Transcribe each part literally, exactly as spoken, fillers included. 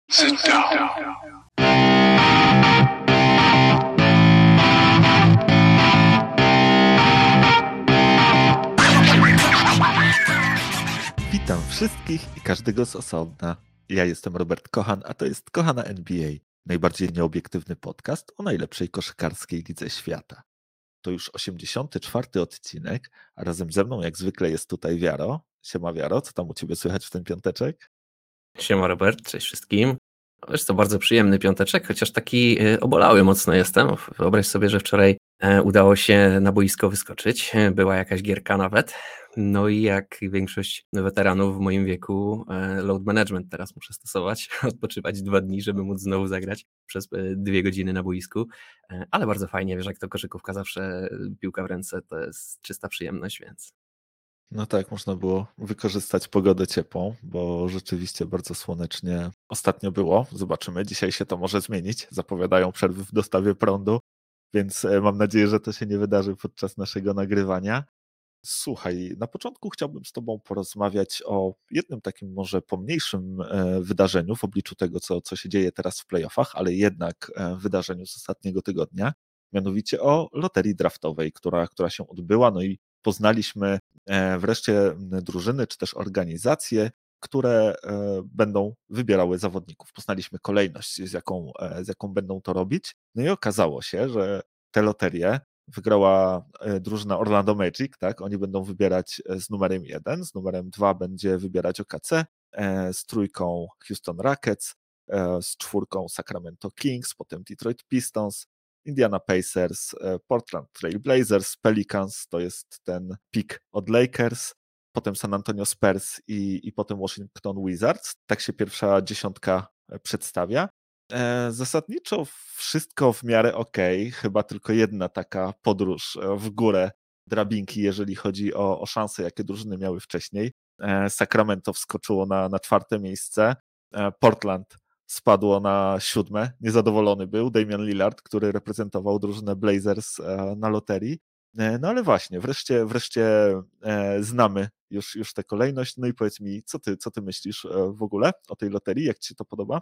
Sit down. Witam wszystkich i każdego z osobna. Ja jestem Robert Kochan, a to jest Kochana N B A, najbardziej nieobiektywny podcast o najlepszej koszykarskiej lidze świata. To już osiemdziesiąty czwarty odcinek, a razem ze mną jak zwykle jest tutaj Wiaro. Siema Wiaro, co tam u Ciebie słychać w ten piąteczek? Siema Robert, cześć wszystkim. Wiesz, to bardzo przyjemny piąteczek, chociaż taki obolały mocno jestem. Wyobraź sobie, że wczoraj udało się na boisko wyskoczyć, była jakaś gierka nawet. No i jak większość weteranów w moim wieku, load management teraz muszę stosować, odpoczywać dwa dni, żeby móc znowu zagrać przez dwie godziny na boisku. Ale bardzo fajnie, wiesz, jak to koszykówka zawsze, piłka w ręce, to jest czysta przyjemność, więc... No tak, można było wykorzystać pogodę ciepłą, bo rzeczywiście bardzo słonecznie ostatnio było. Zobaczymy, dzisiaj się to może zmienić. Zapowiadają przerwy w dostawie prądu, więc mam nadzieję, że to się nie wydarzy podczas naszego nagrywania. Słuchaj, na początku chciałbym z Tobą porozmawiać o jednym takim może pomniejszym wydarzeniu w obliczu tego, co, co się dzieje teraz w playoffach, ale jednak wydarzeniu z ostatniego tygodnia, mianowicie o loterii draftowej, która, która się odbyła, no i poznaliśmy wreszcie drużyny czy też organizacje, które będą wybierały zawodników. Poznaliśmy kolejność, z jaką, z jaką będą to robić. No i okazało się, że te loterie wygrała drużyna Orlando Magic, tak? Oni będą wybierać z numerem jeden, z numerem dwa będzie wybierać O K C, z trójką Houston Rockets, z czwórką Sacramento Kings, potem Detroit Pistons, Indiana Pacers, Portland Trail Blazers, Pelicans, to jest ten pick od Lakers, potem San Antonio Spurs i, i potem Washington Wizards. Tak się pierwsza dziesiątka przedstawia. Zasadniczo wszystko w miarę okej, chyba tylko jedna taka podróż w górę drabinki, jeżeli chodzi o, o szanse, jakie drużyny miały wcześniej. Sacramento wskoczyło na, na czwarte miejsce, Portland spadło na siódme, niezadowolony był Damian Lillard, który reprezentował drużynę Blazers na loterii. No ale właśnie, wreszcie, wreszcie znamy już, już tę kolejność. No i powiedz mi, co ty, co ty myślisz w ogóle o tej loterii? Jak ci się to podoba?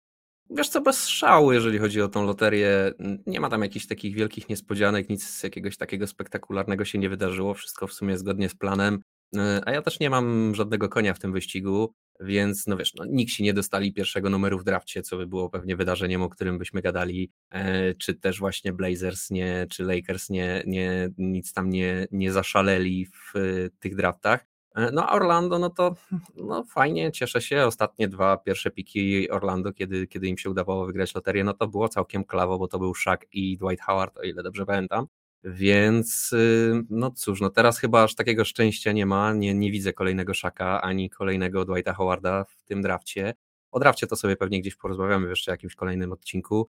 Wiesz co, bez szału, jeżeli chodzi o tą loterię, nie ma tam jakichś takich wielkich niespodzianek, nic jakiegoś takiego spektakularnego się nie wydarzyło, wszystko w sumie zgodnie z planem, a ja też nie mam żadnego konia w tym wyścigu, więc no wiesz, no, Knicksi nie dostali pierwszego numeru w drafcie, co by było pewnie wydarzeniem, o którym byśmy gadali, czy też właśnie Blazers nie, czy Lakers nie, nie, nic tam nie, nie zaszaleli w tych draftach. No a Orlando, no to no fajnie, cieszę się. Ostatnie dwa pierwsze piki Orlando, kiedy, kiedy im się udawało wygrać loterię, no to było całkiem klawo, bo to był Shaq i Dwight Howard, o ile dobrze pamiętam. Więc no cóż, no teraz chyba aż takiego szczęścia nie ma, nie, nie widzę kolejnego Shaqa ani kolejnego Dwighta Howarda w tym drafcie. O drafcie to sobie pewnie gdzieś porozmawiamy w jeszcze jakimś kolejnym odcinku.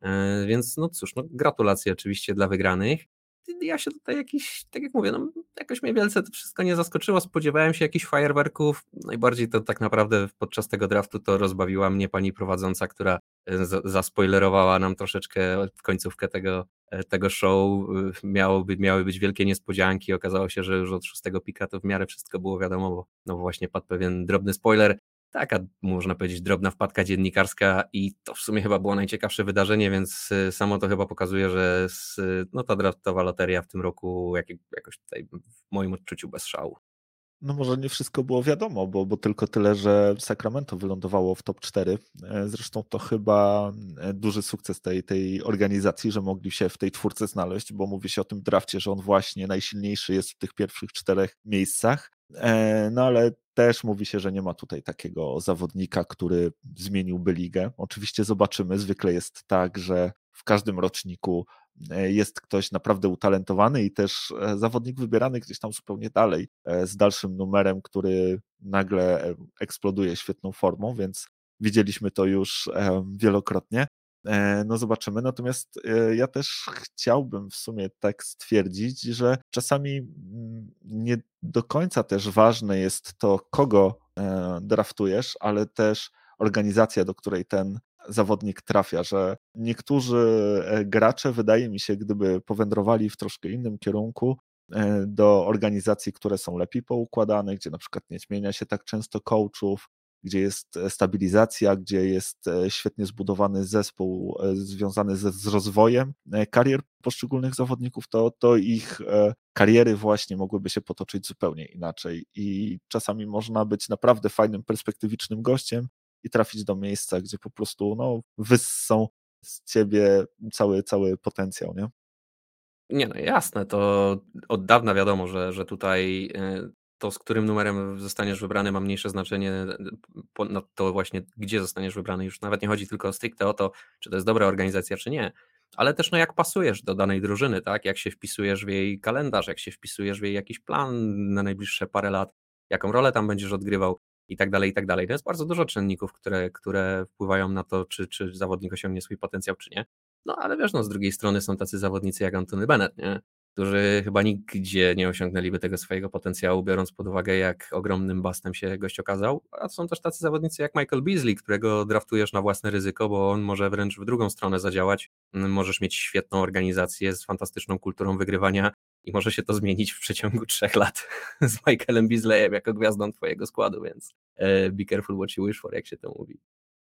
Więc no cóż, no gratulacje oczywiście dla wygranych. Ja się tutaj jakiś, tak jak mówię, no jakoś mnie wielce to wszystko nie zaskoczyło, spodziewałem się jakichś fajerwerków, najbardziej to tak naprawdę podczas tego draftu to rozbawiła mnie pani prowadząca, która zaspoilerowała nam troszeczkę końcówkę tego, tego show, miało by, miały być wielkie niespodzianki, okazało się, że już od szóstego pika to w miarę wszystko było wiadomo, bo no właśnie padł pewien drobny spoiler, taka można powiedzieć drobna wpadka dziennikarska i to w sumie chyba było najciekawsze wydarzenie, więc samo to chyba pokazuje, że no ta draftowa loteria w tym roku jak, jakoś tutaj w moim odczuciu bez szału. No może nie wszystko było wiadomo, bo, bo tylko tyle, że Sacramento wylądowało w top cztery. Zresztą to chyba duży sukces tej, tej organizacji, że mogli się w tej czwórce znaleźć, bo mówi się o tym drafcie, że on właśnie najsilniejszy jest w tych pierwszych czterech miejscach. No ale też mówi się, że nie ma tutaj takiego zawodnika, który zmieniłby ligę. Oczywiście zobaczymy, zwykle jest tak, że w każdym roczniku jest ktoś naprawdę utalentowany i też zawodnik wybierany gdzieś tam zupełnie dalej, z dalszym numerem, który nagle eksploduje świetną formą, więc widzieliśmy to już wielokrotnie. No zobaczymy, natomiast ja też chciałbym w sumie tak stwierdzić, że czasami nie do końca też ważne jest to, kogo draftujesz, ale też organizacja, do której ten zawodnik trafia, że niektórzy gracze, wydaje mi się, gdyby powędrowali w troszkę innym kierunku do organizacji, które są lepiej poukładane, gdzie na przykład nie zmienia się tak często coachów, gdzie jest stabilizacja, gdzie jest świetnie zbudowany zespół związany ze, z rozwojem karier poszczególnych zawodników, to, to ich kariery właśnie mogłyby się potoczyć zupełnie inaczej i czasami można być naprawdę fajnym, perspektywicznym gościem i trafić do miejsca, gdzie po prostu no, wyssą z ciebie cały, cały potencjał, nie? Nie no, jasne, to od dawna wiadomo, że, że tutaj y, to, z którym numerem zostaniesz wybrany, ma mniejsze znaczenie po- na to właśnie, gdzie zostaniesz wybrany. Już nawet nie chodzi tylko stricte o to, czy to jest dobra organizacja, czy nie, ale też no jak pasujesz do danej drużyny, tak? Jak się wpisujesz w jej kalendarz, jak się wpisujesz w jej jakiś plan na najbliższe parę lat, jaką rolę tam będziesz odgrywał i tak dalej, i tak dalej. To jest bardzo dużo czynników, które, które wpływają na to, czy, czy zawodnik osiągnie swój potencjał, czy nie. No ale wiesz, no z drugiej strony są tacy zawodnicy jak Antony Bennett, nie? Którzy chyba nigdzie nie osiągnęliby tego swojego potencjału, biorąc pod uwagę, jak ogromnym bastem się gość okazał. A są też tacy zawodnicy jak Michael Beasley, którego draftujesz na własne ryzyko, bo on może wręcz w drugą stronę zadziałać. Możesz mieć świetną organizację z fantastyczną kulturą wygrywania i może się to zmienić w przeciągu trzech lat z Michaelem Beasleyem jako gwiazdą twojego składu, więc e, be careful what you wish for, jak się to mówi.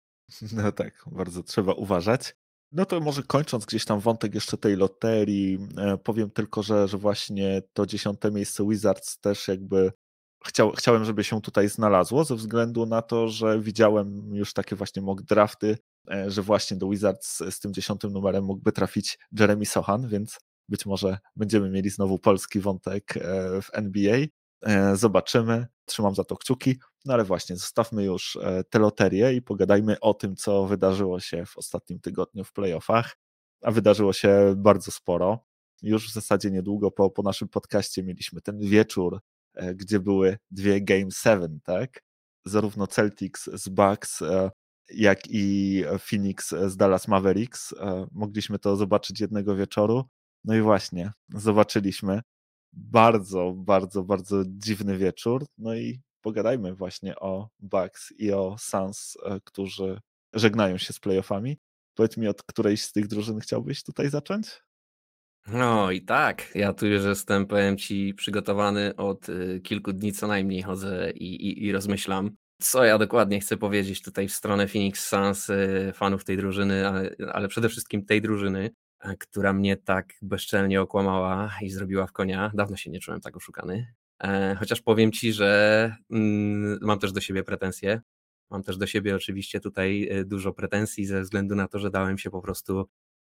No tak, bardzo trzeba uważać. No to może kończąc gdzieś tam wątek jeszcze tej loterii, e, powiem tylko, że, że właśnie to dziesiąte miejsce Wizards też jakby chciał, chciałem, żeby się tutaj znalazło, ze względu na to, że widziałem już takie właśnie mock drafty, e, że właśnie do Wizards z tym dziesiątym numerem mógłby trafić Jeremy Sohan, więc być może będziemy mieli znowu polski wątek e, w N B A. E, Zobaczymy, trzymam za to kciuki. No ale właśnie, zostawmy już e, tę loterię i pogadajmy o tym, co wydarzyło się w ostatnim tygodniu w playoffach. A wydarzyło się bardzo sporo. Już w zasadzie niedługo po, po naszym podcaście mieliśmy ten wieczór, e, gdzie były dwie Game siedem, tak? Zarówno Celtics z Bucks, e, jak i Phoenix z Dallas Mavericks. E, mogliśmy to zobaczyć jednego wieczoru. No i właśnie, zobaczyliśmy. Bardzo, bardzo, bardzo dziwny wieczór. No i pogadajmy właśnie o Bucks i o Suns, e, którzy żegnają się z playoffami. Powiedz mi, od którejś z tych drużyn chciałbyś tutaj zacząć? No i tak, ja tu już jestem, powiem ci, przygotowany od y, kilku dni co najmniej chodzę i, i, i rozmyślam, co ja dokładnie chcę powiedzieć tutaj w stronę Phoenix Suns, y, fanów tej drużyny, ale, ale przede wszystkim tej drużyny, a, która mnie tak bezczelnie okłamała i zrobiła w konia. Dawno się nie czułem tak oszukany. E, chociaż powiem ci, że mm, mam też do siebie pretensje. Mam też do siebie oczywiście tutaj y, dużo pretensji ze względu na to, że dałem się po prostu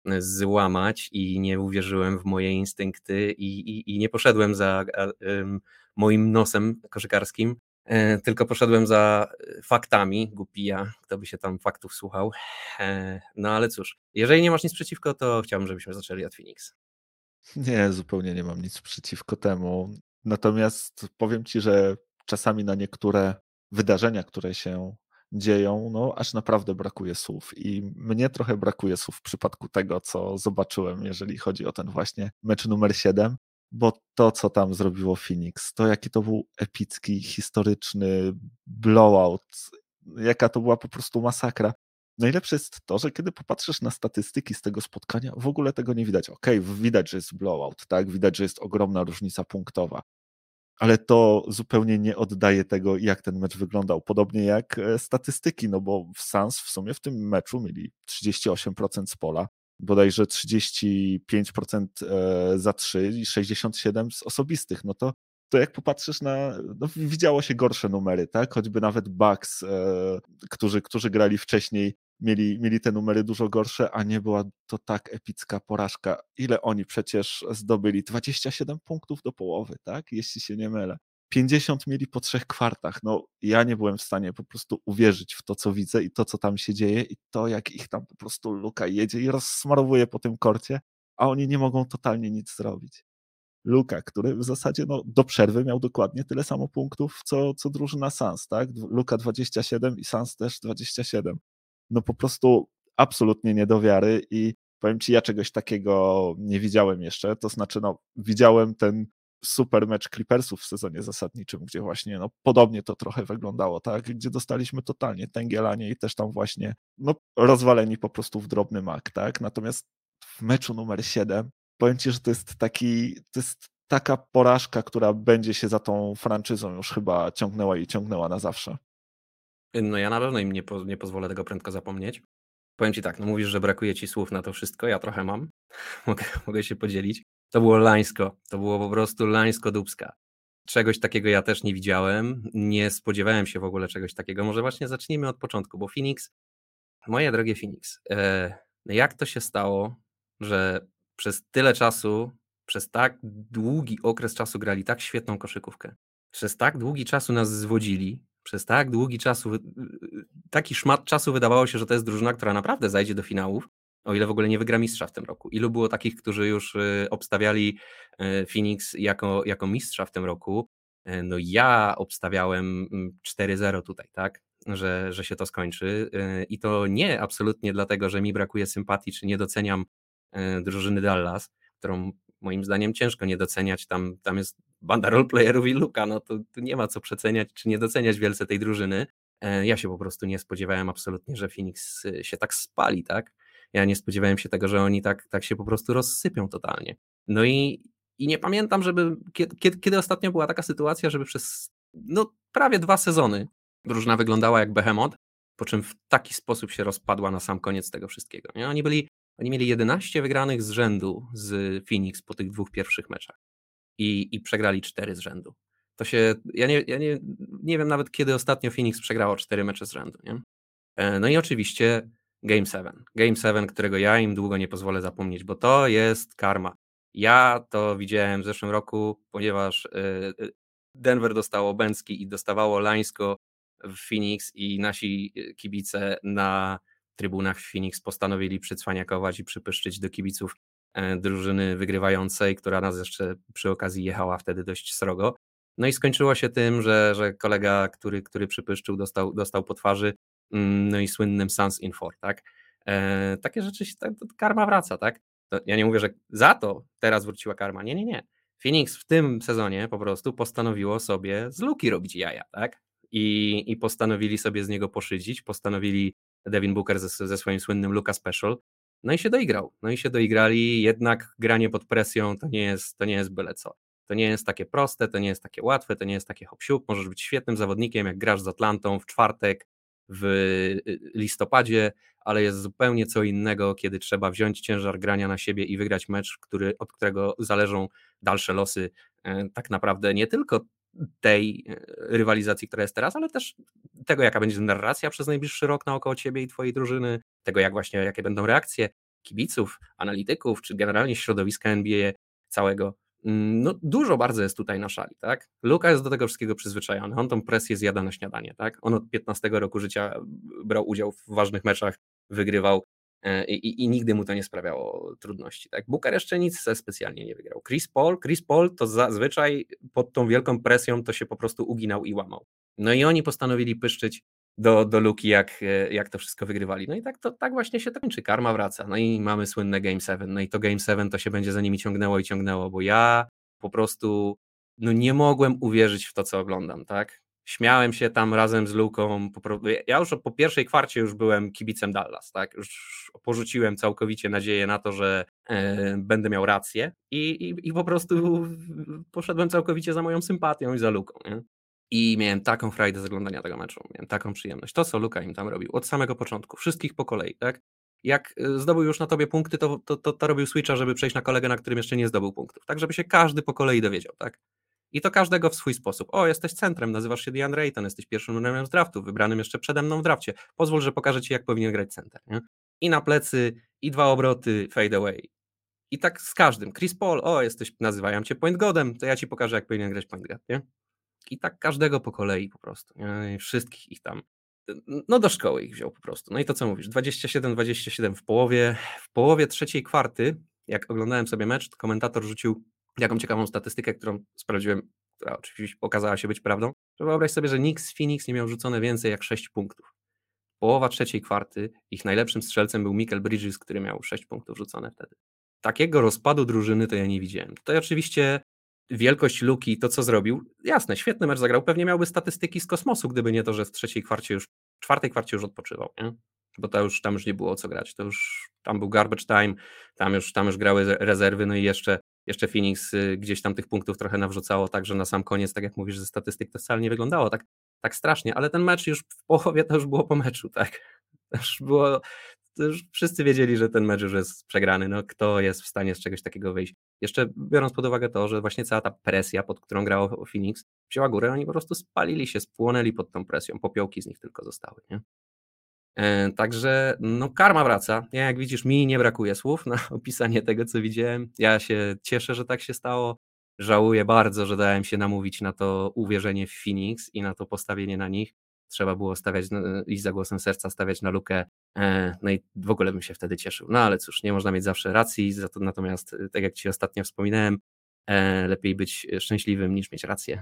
złamać i nie uwierzyłem w moje instynkty i, i, i nie poszedłem za a, ym, moim nosem koszykarskim, e, tylko poszedłem za faktami, głupi ja, kto by się tam faktów słuchał. E, no ale cóż, jeżeli nie masz nic przeciwko, to chciałbym, żebyśmy zaczęli od Phoenix. Nie, zupełnie nie mam nic przeciwko temu. Natomiast powiem ci, że czasami na niektóre wydarzenia, które się dzieją, no aż naprawdę brakuje słów. I mnie trochę brakuje słów w przypadku tego, co zobaczyłem, jeżeli chodzi o ten właśnie mecz numer siedem, bo to, co tam zrobiło Phoenix, to jaki to był epicki, historyczny blowout, jaka to była po prostu masakra. Najlepsze jest to, że kiedy popatrzysz na statystyki z tego spotkania, w ogóle tego nie widać. Okej, okay, widać, że jest blowout, tak? Widać, że jest ogromna różnica punktowa, ale to zupełnie nie oddaje tego, jak ten mecz wyglądał. Podobnie jak statystyki, no bo w Suns w sumie w tym meczu mieli trzydzieści osiem procent z pola, bodajże trzydzieści pięć procent za trzy i sześćdziesiąt siedem procent z osobistych. No to, to jak popatrzysz na... No widziało się gorsze numery, tak? Choćby nawet Bucks, e, którzy, którzy grali wcześniej, mieli, mieli te numery dużo gorsze, a nie była to tak epicka porażka. Ile oni przecież zdobyli? dwadzieścia siedem punktów do połowy, tak? Jeśli się nie mylę. pięćdziesiąt mieli po trzech kwartach. No, ja nie byłem w stanie po prostu uwierzyć w to, co widzę i to, co tam się dzieje i to, jak ich tam po prostu Luka jedzie i rozsmarowuje po tym korcie, a oni nie mogą totalnie nic zrobić. Luka, który w zasadzie no, do przerwy miał dokładnie tyle samo punktów, co, co drużyna Suns, tak? Luka dwadzieścia siedem i Suns też dwadzieścia siedem. No po prostu absolutnie nie do wiary i powiem ci, ja czegoś takiego nie widziałem jeszcze, to znaczy no, widziałem ten super mecz Clippersów w sezonie zasadniczym, gdzie właśnie no, podobnie to trochę wyglądało, tak? Gdzie dostaliśmy totalnie tęgielanie i też tam właśnie no, rozwaleni po prostu w drobny mak, tak? Natomiast w meczu numer siedem powiem ci, że to jest taki, to jest taka porażka, która będzie się za tą franczyzą już chyba ciągnęła i ciągnęła na zawsze. No ja na pewno im nie, po, nie pozwolę tego prędko zapomnieć. Powiem ci tak, no mówisz, że brakuje ci słów na to wszystko, ja trochę mam, mogę, mogę się podzielić. To było lańsko, to było po prostu lańsko-dubska. Czegoś takiego ja też nie widziałem, nie spodziewałem się w ogóle czegoś takiego. Może właśnie zacznijmy od początku, bo Phoenix, moje drogie Phoenix, e, jak to się stało, że przez tyle czasu, przez tak długi okres czasu grali tak świetną koszykówkę, przez tak długi czasu nas zwodzili, przez tak długi czasu, taki szmat czasu wydawało się, że to jest drużyna, która naprawdę zajdzie do finałów, o ile w ogóle nie wygra mistrza w tym roku. Ilu było takich, którzy już obstawiali Phoenix jako, jako mistrza w tym roku? No ja obstawiałem cztery zero tutaj, tak? Że, że się to skończy i to nie absolutnie dlatego, że mi brakuje sympatii, czy nie doceniam drużyny Dallas, którą moim zdaniem ciężko nie doceniać, tam, tam jest banda roleplayerów i Luka, no to, to nie ma co przeceniać, czy nie doceniać wielce tej drużyny. Ja się po prostu nie spodziewałem absolutnie, że Phoenix się tak spali, tak? Ja nie spodziewałem się tego, że oni tak, tak się po prostu rozsypią totalnie. No i, i nie pamiętam, żeby kiedy, kiedy ostatnio była taka sytuacja, żeby przez no, prawie dwa sezony drużyna wyglądała jak Behemoth, po czym w taki sposób się rozpadła na sam koniec tego wszystkiego. Nie? Oni byli, oni mieli jedenaście wygranych z rzędu z Phoenix po tych dwóch pierwszych meczach i, i przegrali cztery z rzędu. To się, ja nie, ja nie, nie wiem nawet kiedy ostatnio Phoenix przegrało cztery mecze z rzędu. Nie? No i oczywiście Game siedem. Game siedem, którego ja im długo nie pozwolę zapomnieć, bo to jest karma. Ja to widziałem w zeszłym roku, ponieważ Denver dostało Bęcki i dostawało Lańsko w Phoenix i nasi kibice na trybunach w Phoenix postanowili przycwaniakować i przypyszczyć do kibiców drużyny wygrywającej, która nas jeszcze przy okazji jechała wtedy dość srogo. No i skończyło się tym, że, że kolega, który, który przypyszczył, dostał, dostał po twarzy, no i słynnym Suns in four, tak? E, takie rzeczy, się, tak, karma wraca, tak? To ja nie mówię, że za to teraz wróciła karma, nie, nie, nie. Phoenix w tym sezonie po prostu postanowiło sobie z Luki robić jaja, tak? I, i postanowili sobie z niego poszydzić, postanowili Devin Booker ze, ze swoim słynnym Luka Special, no i się doigrał, no i się doigrali, jednak granie pod presją to nie jest, to nie jest byle co. To nie jest takie proste, to nie jest takie łatwe, to nie jest takie hop-siup, możesz być świetnym zawodnikiem, jak grasz z Atlantą w czwartek, w listopadzie, ale jest zupełnie co innego, kiedy trzeba wziąć ciężar grania na siebie i wygrać mecz, który, od którego zależą dalsze losy tak naprawdę nie tylko tej rywalizacji, która jest teraz, ale też tego, jaka będzie narracja przez najbliższy rok naokoło ciebie i twojej drużyny, tego, jak właśnie, jakie będą reakcje kibiców, analityków, czy generalnie środowiska N B A całego. No dużo bardzo jest tutaj na szali, tak? Luka jest do tego wszystkiego przyzwyczajony, on tą presję zjada na śniadanie, tak? On od piętnastego roku życia brał udział w ważnych meczach, wygrywał i, i, i nigdy mu to nie sprawiało trudności, tak? Booker jeszcze nic specjalnie nie wygrał. Chris Paul, Chris Paul to zazwyczaj pod tą wielką presją to się po prostu uginał i łamał. No i oni postanowili pyszczyć do, do Luki, jak, jak to wszystko wygrywali. No i tak, to, tak właśnie się to kończy, karma wraca. No i mamy słynne Game siedem. No i to Game siedem to się będzie za nimi ciągnęło i ciągnęło, bo ja po prostu no nie mogłem uwierzyć w to, co oglądam, tak? Śmiałem się tam razem z Luką. Po, ja już po pierwszej kwarcie już byłem kibicem Dallas, tak? Już porzuciłem całkowicie nadzieję na to, że e, będę miał rację i, i, i po prostu poszedłem całkowicie za moją sympatią i za Luką, nie? I miałem taką frajdę z oglądania tego meczu, miałem taką przyjemność. To, co Luka im tam robił, od samego początku, wszystkich po kolei, tak? Jak zdobył już na tobie punkty, to, to, to, to robił switcha, żeby przejść na kolegę, na którym jeszcze nie zdobył punktów, tak? Żeby się każdy po kolei dowiedział, tak? I to każdego w swój sposób. O, jesteś centrem, nazywasz się DeAndre Ayton, jesteś pierwszym numerem z draftu, wybranym jeszcze przede mną w drafcie. Pozwól, że pokażę ci, jak powinien grać center, nie? I na plecy, i dwa obroty, fade away. I tak z każdym. Chris Paul, o, jesteś, nazywają cię point godem, to ja ci pokażę, jak powinien grać point guard, nie? I tak każdego po kolei po prostu. Nie? Wszystkich ich tam. No do szkoły ich wziął po prostu. No i to co mówisz, dwadzieścia siedem dwadzieścia siedem w połowie, w połowie trzeciej kwarty, jak oglądałem sobie mecz, to komentator rzucił jaką ciekawą statystykę, którą sprawdziłem, która oczywiście okazała się być prawdą, że wyobraź sobie, że nikt z Phoenix nie miał rzucone więcej jak sześć punktów. Połowa trzeciej kwarty, ich najlepszym strzelcem był Michael Bridges, który miał sześć punktów rzucone wtedy. Takiego rozpadu drużyny to ja nie widziałem. Tutaj oczywiście wielkość Luki, to co zrobił, jasne, świetny mecz zagrał, pewnie miałby statystyki z kosmosu, gdyby nie to, że w trzeciej kwarcie już, w czwartej kwarcie już odpoczywał, nie? Bo to już, tam już nie było o co grać, to już tam był garbage time, tam już, tam już grały rezerwy, no i jeszcze, jeszcze Phoenix gdzieś tam tych punktów trochę nawrzucało, także na sam koniec, tak jak mówisz, ze statystyk to wcale nie wyglądało tak, tak strasznie, ale ten mecz już w połowie to już było po meczu, tak? To już było, to już wszyscy wiedzieli, że ten mecz już jest przegrany, no kto jest w stanie z czegoś takiego wyjść. Jeszcze biorąc pod uwagę to, że właśnie cała ta presja, pod którą grało Phoenix, wzięła górę, oni po prostu spalili się, spłonęli pod tą presją, popiołki z nich tylko zostały, nie? E, Także no karma wraca. Ja, jak widzisz, mi nie brakuje słów na opisanie tego, co widziałem. Ja się cieszę, że tak się stało. Żałuję bardzo, że dałem się namówić na to uwierzenie w Phoenix i na to postawienie na nich. Trzeba było stawiać, no, iść za głosem serca, stawiać na lukę. E, No i w ogóle bym się wtedy cieszył. No ale cóż, nie można mieć zawsze racji. Za to, natomiast, tak jak ci ostatnio wspominałem, e, lepiej być szczęśliwym niż mieć rację.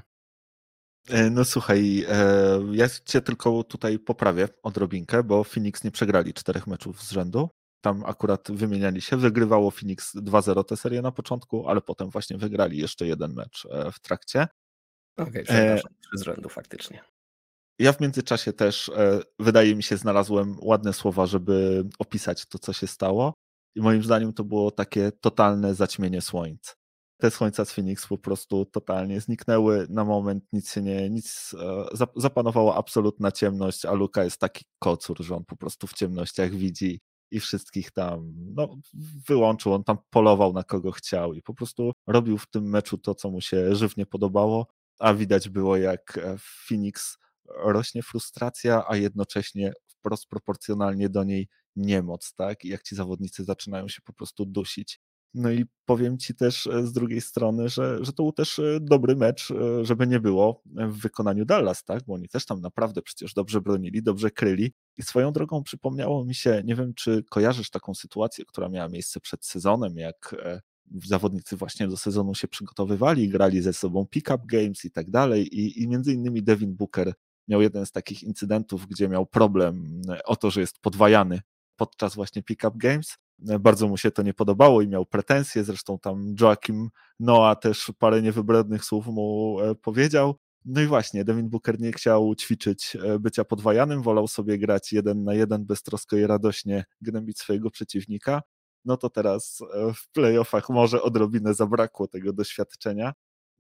E, No słuchaj, e, ja cię tylko tutaj poprawię odrobinkę, bo Phoenix nie przegrali czterech meczów z rzędu. Tam akurat wymieniali się. Wygrywało Phoenix dwa zero tę serię na początku, ale potem właśnie wygrali jeszcze jeden mecz e, w trakcie. Okej, okay, E, przepraszam, trzy z rzędu faktycznie. Ja w międzyczasie też, e, wydaje mi się, znalazłem ładne słowa, żeby opisać to, co się stało. I moim zdaniem to było takie totalne zaćmienie słońc. Te słońca z Phoenix po prostu totalnie zniknęły na moment, nic się nie, nic, e, zap- zapanowała absolutna ciemność, a Luka jest taki kocur, że on po prostu w ciemnościach widzi i wszystkich tam, no, wyłączył, on tam polował na kogo chciał i po prostu robił w tym meczu to, co mu się żywnie podobało, a widać było, jak e, w Phoenix rośnie frustracja, a jednocześnie wprost proporcjonalnie do niej niemoc, tak? I jak ci zawodnicy zaczynają się po prostu dusić. No i powiem ci też e, z drugiej strony, że, że to był też e, dobry mecz, e, żeby nie było w wykonaniu Dallas, tak? Bo oni też tam naprawdę przecież dobrze bronili, dobrze kryli. I swoją drogą przypomniało mi się, nie wiem, czy kojarzysz taką sytuację, która miała miejsce przed sezonem, jak e, zawodnicy właśnie do sezonu się przygotowywali, grali ze sobą pick-up games i tak dalej. I, i między innymi Devin Booker miał jeden z takich incydentów, gdzie miał problem o to, że jest podwajany podczas właśnie pick-up games. Bardzo mu się to nie podobało i miał pretensje, zresztą tam Joakim Noah też parę niewybrednych słów mu powiedział. No i właśnie, Devin Booker nie chciał ćwiczyć bycia podwajanym, wolał sobie grać jeden na jeden beztrosko i radośnie gnębić swojego przeciwnika. No to teraz w playoffach może odrobinę zabrakło tego doświadczenia.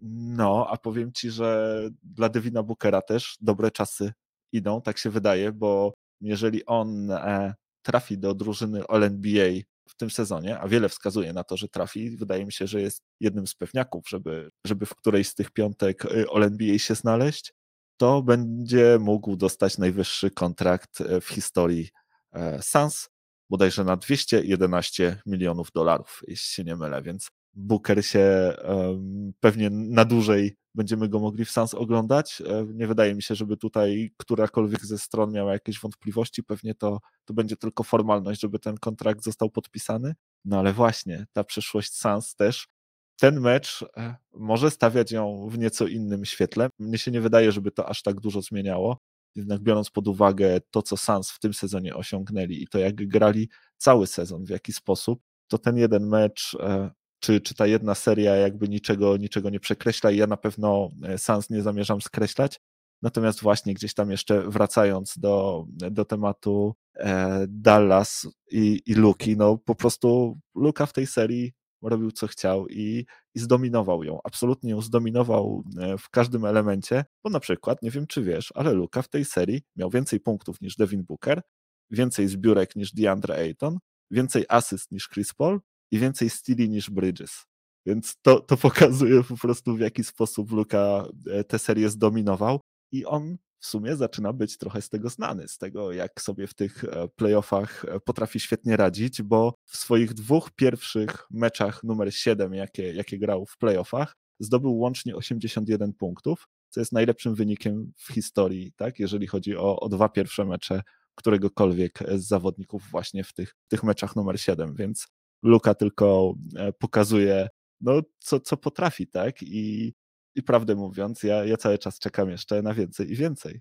No, a powiem ci, że dla Devina Bookera też dobre czasy idą, tak się wydaje, bo jeżeli on e, trafi do drużyny All N B A w tym sezonie, a wiele wskazuje na to, że trafi, wydaje mi się, że jest jednym z pewniaków, żeby, żeby w którejś z tych piątek All N B A się znaleźć, to będzie mógł dostać najwyższy kontrakt w historii e, Suns, bodajże na dwieście jedenaście milionów dolarów, jeśli się nie mylę, więc Booker się um, pewnie na dłużej będziemy go mogli w Suns oglądać. Nie wydaje mi się, żeby tutaj którakolwiek ze stron miała jakieś wątpliwości. Pewnie to, to będzie tylko formalność, żeby ten kontrakt został podpisany. No ale właśnie, ta przyszłość Suns też. Ten mecz e, może stawiać ją w nieco innym świetle. Mnie się nie wydaje, żeby to aż tak dużo zmieniało. Jednak biorąc pod uwagę to, co Suns w tym sezonie osiągnęli i to, jak grali cały sezon, w jaki sposób, to ten jeden mecz e, czy, czy ta jedna seria jakby niczego, niczego nie przekreśla i ja na pewno Suns nie zamierzam skreślać. Natomiast właśnie gdzieś tam jeszcze wracając do, do tematu e, Dallas i, i Luki, no po prostu Luka w tej serii robił co chciał i, i zdominował ją, absolutnie ją zdominował w każdym elemencie, bo na przykład, nie wiem czy wiesz, ale Luka w tej serii miał więcej punktów niż Devin Booker, więcej zbiórek niż DeAndre Ayton, więcej asyst niż Chris Paul i więcej steali niż Bridges. Więc to, to pokazuje po prostu, w jaki sposób Luka tę serię zdominował i on w sumie zaczyna być trochę z tego znany, z tego jak sobie w tych playoffach potrafi świetnie radzić, bo w swoich dwóch pierwszych meczach numer siedem, jakie, jakie grał w playoffach, zdobył łącznie osiemdziesiąt jeden punktów, co jest najlepszym wynikiem w historii, tak, jeżeli chodzi o, o dwa pierwsze mecze któregokolwiek z zawodników właśnie w tych, w tych meczach numer siedem, więc Luka tylko pokazuje, no, co, co potrafi, tak? I, i prawdę mówiąc, ja, ja cały czas czekam jeszcze na więcej i więcej.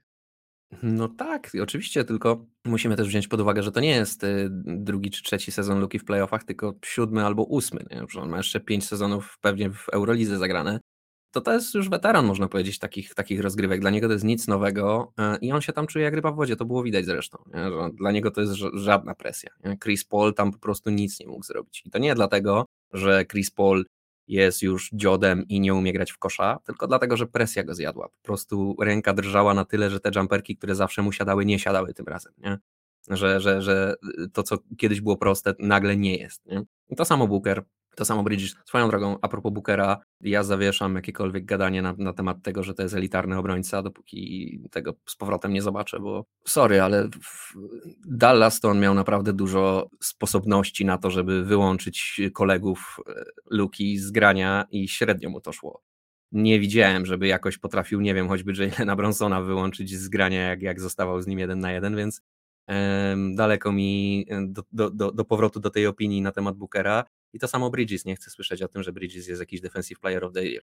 No tak, oczywiście, tylko musimy też wziąć pod uwagę, że to nie jest drugi czy trzeci sezon Luki w playoffach, tylko siódmy albo ósmy, nie? Że on ma jeszcze pięć sezonów pewnie w Eurolidze zagrane. To to jest już weteran, można powiedzieć, takich, takich rozgrywek. Dla niego to jest nic nowego i on się tam czuje jak ryba w wodzie, to było widać zresztą. Nie? Że dla niego to jest żadna presja. Nie? Chris Paul tam po prostu nic nie mógł zrobić. I to nie dlatego, że Chris Paul jest już dziodem i nie umie grać w kosza, tylko dlatego, że presja go zjadła. Po prostu ręka drżała na tyle, że te jumperki, które zawsze mu siadały, nie siadały tym razem, nie? Że, że, że to, co kiedyś było proste, nagle nie jest. Nie? I to samo Booker, to samo Bridges. Swoją drogą, a propos Bookera, ja zawieszam jakiekolwiek gadanie na, na temat tego, że to jest elitarny obrońca, dopóki tego z powrotem nie zobaczę, bo sorry, ale w Dallas to on miał naprawdę dużo sposobności na to, żeby wyłączyć kolegów Luki z grania i średnio mu to szło. Nie widziałem, żeby jakoś potrafił, nie wiem, choćby Jalena Bronsona wyłączyć z grania, jak, jak zostawał z nim jeden na jeden, więc um, daleko mi do, do, do, do powrotu do tej opinii na temat Bookera. I to samo Bridges, nie chcę słyszeć o tym, że Bridges jest jakiś defensive player of the year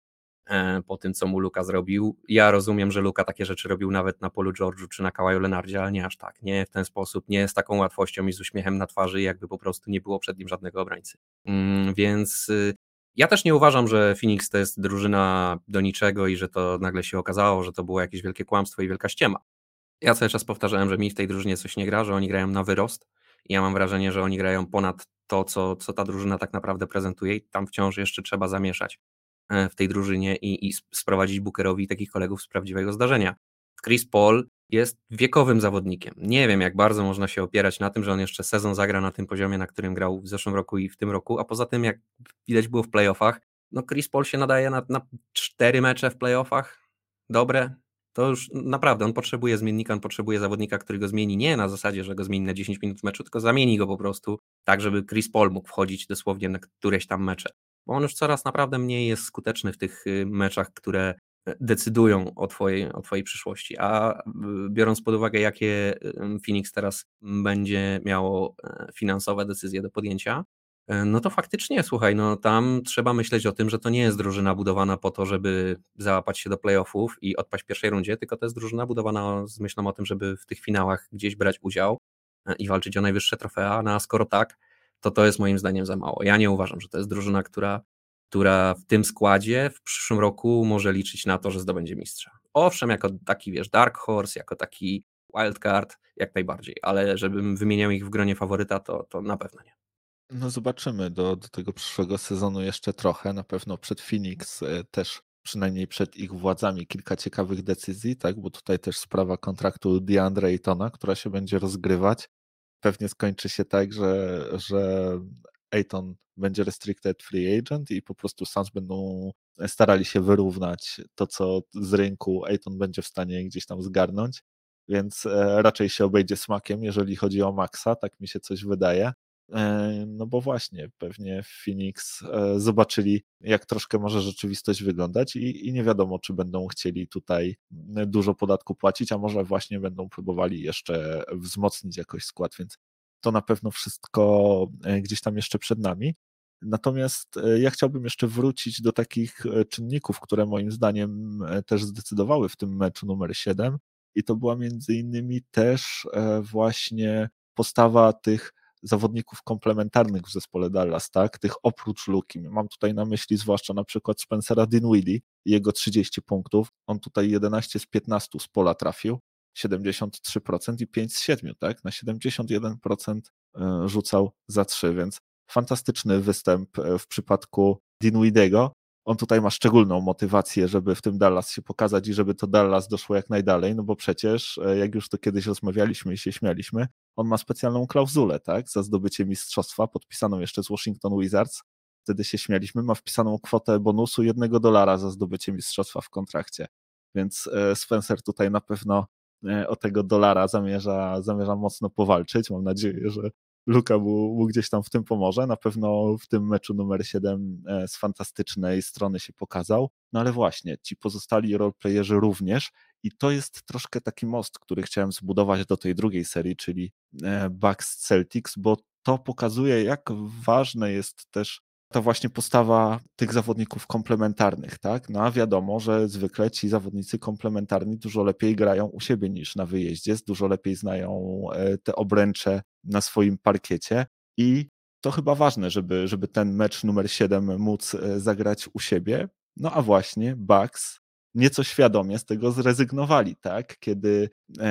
po tym, co mu Luka zrobił. Ja rozumiem, że Luka takie rzeczy robił nawet na Paulu George'u czy na Kawaju Leonardzie, ale nie aż tak, nie w ten sposób, nie z taką łatwością i z uśmiechem na twarzy, jakby po prostu nie było przed nim żadnego obrońcy. Mm, więc y, ja też nie uważam, że Phoenix to jest drużyna do niczego i że to nagle się okazało, że to było jakieś wielkie kłamstwo i wielka ściema. Ja cały czas powtarzałem, że mi w tej drużynie coś nie gra, że oni grają na wyrost i ja mam wrażenie, że oni grają ponad to, co, co ta drużyna tak naprawdę prezentuje i tam wciąż jeszcze trzeba zamieszać w tej drużynie i, i sprowadzić Bookerowi takich kolegów z prawdziwego zdarzenia. Chris Paul jest wiekowym zawodnikiem. Nie wiem, jak bardzo można się opierać na tym, że on jeszcze sezon zagra na tym poziomie, na którym grał w zeszłym roku i w tym roku, a poza tym, jak widać było w playoffach, no Chris Paul się nadaje na, na cztery mecze w playoffach. Dobre. To już naprawdę, on potrzebuje zmiennika, on potrzebuje zawodnika, który go zmieni nie na zasadzie, że go zmieni na dziesięć minut w meczu, tylko zamieni go po prostu tak, żeby Chris Paul mógł wchodzić dosłownie na któreś tam mecze. Bo on już coraz naprawdę mniej jest skuteczny w tych meczach, które decydują o twojej, o twojej przyszłości, a biorąc pod uwagę, jakie Phoenix teraz będzie miało finansowe decyzje do podjęcia, no to faktycznie, słuchaj, no tam trzeba myśleć o tym, że to nie jest drużyna budowana po to, żeby załapać się do playoffów i odpaść w pierwszej rundzie, tylko to jest drużyna budowana z myślą o tym, żeby w tych finałach gdzieś brać udział i walczyć o najwyższe trofea, no a skoro tak, to to jest moim zdaniem za mało. Ja nie uważam, że to jest drużyna, która, która w tym składzie w przyszłym roku może liczyć na to, że zdobędzie mistrza. Owszem, jako taki, wiesz, dark horse, jako taki wildcard, jak najbardziej, ale żebym wymieniał ich w gronie faworyta, to, to na pewno nie. No zobaczymy do, do tego przyszłego sezonu jeszcze trochę. Na pewno przed Phoenix też, przynajmniej przed ich władzami, kilka ciekawych decyzji, tak? Bo tutaj też sprawa kontraktu DeAndre Aytona, która się będzie rozgrywać. Pewnie skończy się tak, że, że Ayton będzie restricted free agent i po prostu Suns będą starali się wyrównać to, co z rynku Ayton będzie w stanie gdzieś tam zgarnąć, więc raczej się obejdzie smakiem, jeżeli chodzi o Maxa, tak mi się coś wydaje. No bo właśnie, pewnie w Phoenix zobaczyli, jak troszkę może rzeczywistość wyglądać i, i nie wiadomo, czy będą chcieli tutaj dużo podatku płacić, a może właśnie będą próbowali jeszcze wzmocnić jakoś skład, więc to na pewno wszystko gdzieś tam jeszcze przed nami. Natomiast ja chciałbym jeszcze wrócić do takich czynników, które moim zdaniem też zdecydowały w tym meczu numer siedem i to była między innymi też właśnie postawa tych zawodników komplementarnych w zespole Dallas, tak? Tych oprócz Luki. Mam tutaj na myśli zwłaszcza na przykład Spencera Dinwiddie i jego trzydzieści punktów. On tutaj jedenaście z piętnastu z pola trafił, siedemdziesiąt trzy procent i pięć z siedmiu, tak? Na siedemdziesiąt jeden procent rzucał za trzy, więc fantastyczny występ w przypadku Dinwiddiego. On tutaj ma szczególną motywację, żeby w tym Dallas się pokazać i żeby to Dallas doszło jak najdalej, no bo przecież, jak już to kiedyś rozmawialiśmy i się śmialiśmy, on ma specjalną klauzulę, tak, za zdobycie mistrzostwa, podpisaną jeszcze z Washington Wizards, wtedy się śmialiśmy, ma wpisaną kwotę bonusu jednego dolara za zdobycie mistrzostwa w kontrakcie, więc Spencer tutaj na pewno o tego dolara zamierza, zamierza mocno powalczyć, mam nadzieję, że Luka mu, mu gdzieś tam w tym pomoże. Na pewno w tym meczu numer siedem z fantastycznej strony się pokazał. No ale właśnie, ci pozostali roleplayerzy również i to jest troszkę taki most, który chciałem zbudować do tej drugiej serii, czyli Bucks Celtics, bo to pokazuje, jak ważne jest też ta właśnie postawa tych zawodników komplementarnych, tak? No a wiadomo, że zwykle ci zawodnicy komplementarni dużo lepiej grają u siebie niż na wyjeździe, dużo lepiej znają te obręcze na swoim parkiecie i to chyba ważne, żeby, żeby ten mecz numer siedem móc zagrać u siebie. No a właśnie Bucks nieco świadomie z tego zrezygnowali, tak? Kiedy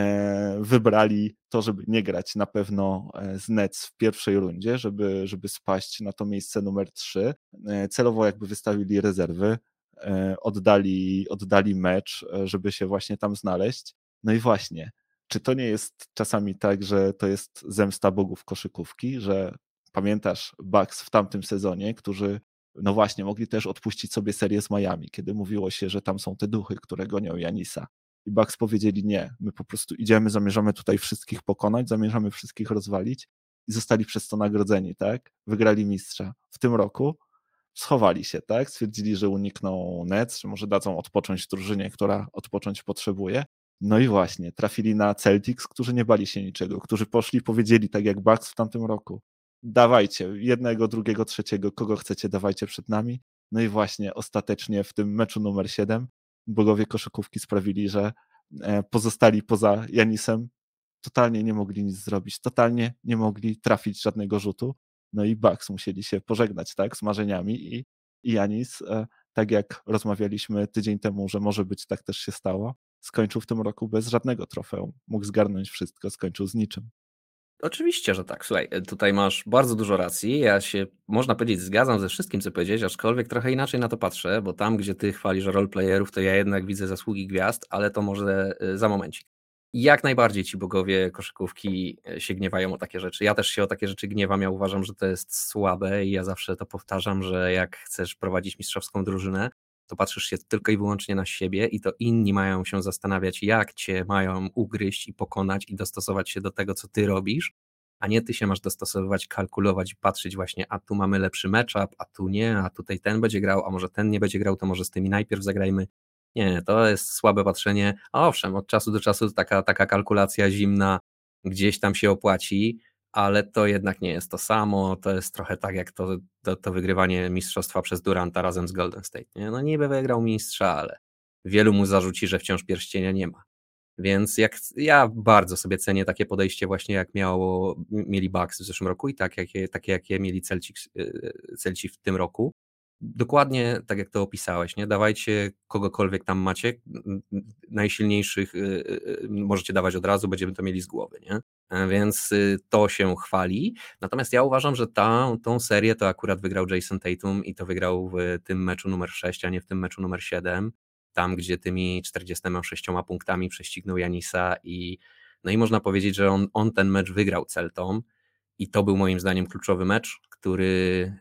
e, wybrali to, żeby nie grać na pewno z Nets w pierwszej rundzie, żeby, żeby spaść na to miejsce numer trzy. E, celowo jakby wystawili rezerwy, e, oddali, oddali mecz, żeby się właśnie tam znaleźć. No i właśnie, czy to nie jest czasami tak, że to jest zemsta bogów koszykówki, że pamiętasz Bucks w tamtym sezonie, którzy no właśnie, mogli też odpuścić sobie serię z Miami, kiedy mówiło się, że tam są te duchy, które gonią Janisa. I Bucks powiedzieli nie, my po prostu idziemy, zamierzamy tutaj wszystkich pokonać, zamierzamy wszystkich rozwalić i zostali przez to nagrodzeni, tak? Wygrali mistrza. W tym roku schowali się, tak? Stwierdzili, że unikną Nets, że może dadzą odpocząć drużynie, która odpocząć potrzebuje. No i właśnie, trafili na Celtics, którzy nie bali się niczego, którzy poszli, powiedzieli tak jak Bucks w tamtym roku. Dawajcie, jednego, drugiego, trzeciego, kogo chcecie, dawajcie przed nami. No i właśnie ostatecznie w tym meczu numer siedem bogowie koszykówki sprawili, że pozostali poza Janisem totalnie nie mogli nic zrobić, totalnie nie mogli trafić żadnego rzutu. No i Bucks musieli się pożegnać, tak, z marzeniami i, i Janis, tak jak rozmawialiśmy tydzień temu, że może być, tak też się stało, skończył w tym roku bez żadnego trofeum. Mógł zgarnąć wszystko, skończył z niczym. Oczywiście, że tak. Słuchaj, tutaj masz bardzo dużo racji. Ja się, można powiedzieć, zgadzam ze wszystkim, co powiedziałeś, aczkolwiek trochę inaczej na to patrzę, bo tam, gdzie ty chwalisz roleplayerów, to ja jednak widzę zasługi gwiazd, ale to może za momencik. Jak najbardziej ci bogowie koszykówki się gniewają o takie rzeczy. Ja też się o takie rzeczy gniewam, ja uważam, że to jest słabe i ja zawsze to powtarzam, że jak chcesz prowadzić mistrzowską drużynę, to patrzysz się tylko i wyłącznie na siebie i to inni mają się zastanawiać, jak cię mają ugryźć i pokonać i dostosować się do tego, co ty robisz, a nie ty się masz dostosowywać, kalkulować i patrzeć właśnie, a tu mamy lepszy matchup, a tu nie, a tutaj ten będzie grał, a może ten nie będzie grał, to może z tymi najpierw zagrajmy. Nie, to jest słabe patrzenie. A owszem, od czasu do czasu taka, taka kalkulacja zimna gdzieś tam się opłaci, ale to jednak nie jest to samo, to jest trochę tak jak to, to, to wygrywanie mistrzostwa przez Duranta razem z Golden State. Nie? No niby wygrał mistrza, ale wielu mu zarzuci, że wciąż pierścienia nie ma. Więc jak, ja bardzo sobie cenię takie podejście właśnie jak miało, mieli Bucks w zeszłym roku i tak, jakie, takie jakie mieli Celtics, Celtics w tym roku. Dokładnie tak jak to opisałeś, nie? Dawajcie kogokolwiek tam macie, najsilniejszych możecie dawać od razu, będziemy to mieli z głowy, nie? Więc to się chwali. Natomiast ja uważam, że ta, tą serię to akurat wygrał Jason Tatum i to wygrał w tym meczu numer sześć, a nie w tym meczu numer siedem. Tam, gdzie tymi czterdziestoma sześcioma punktami prześcignął Janisa i no i można powiedzieć, że on, on ten mecz wygrał Celtom i to był moim zdaniem kluczowy mecz, który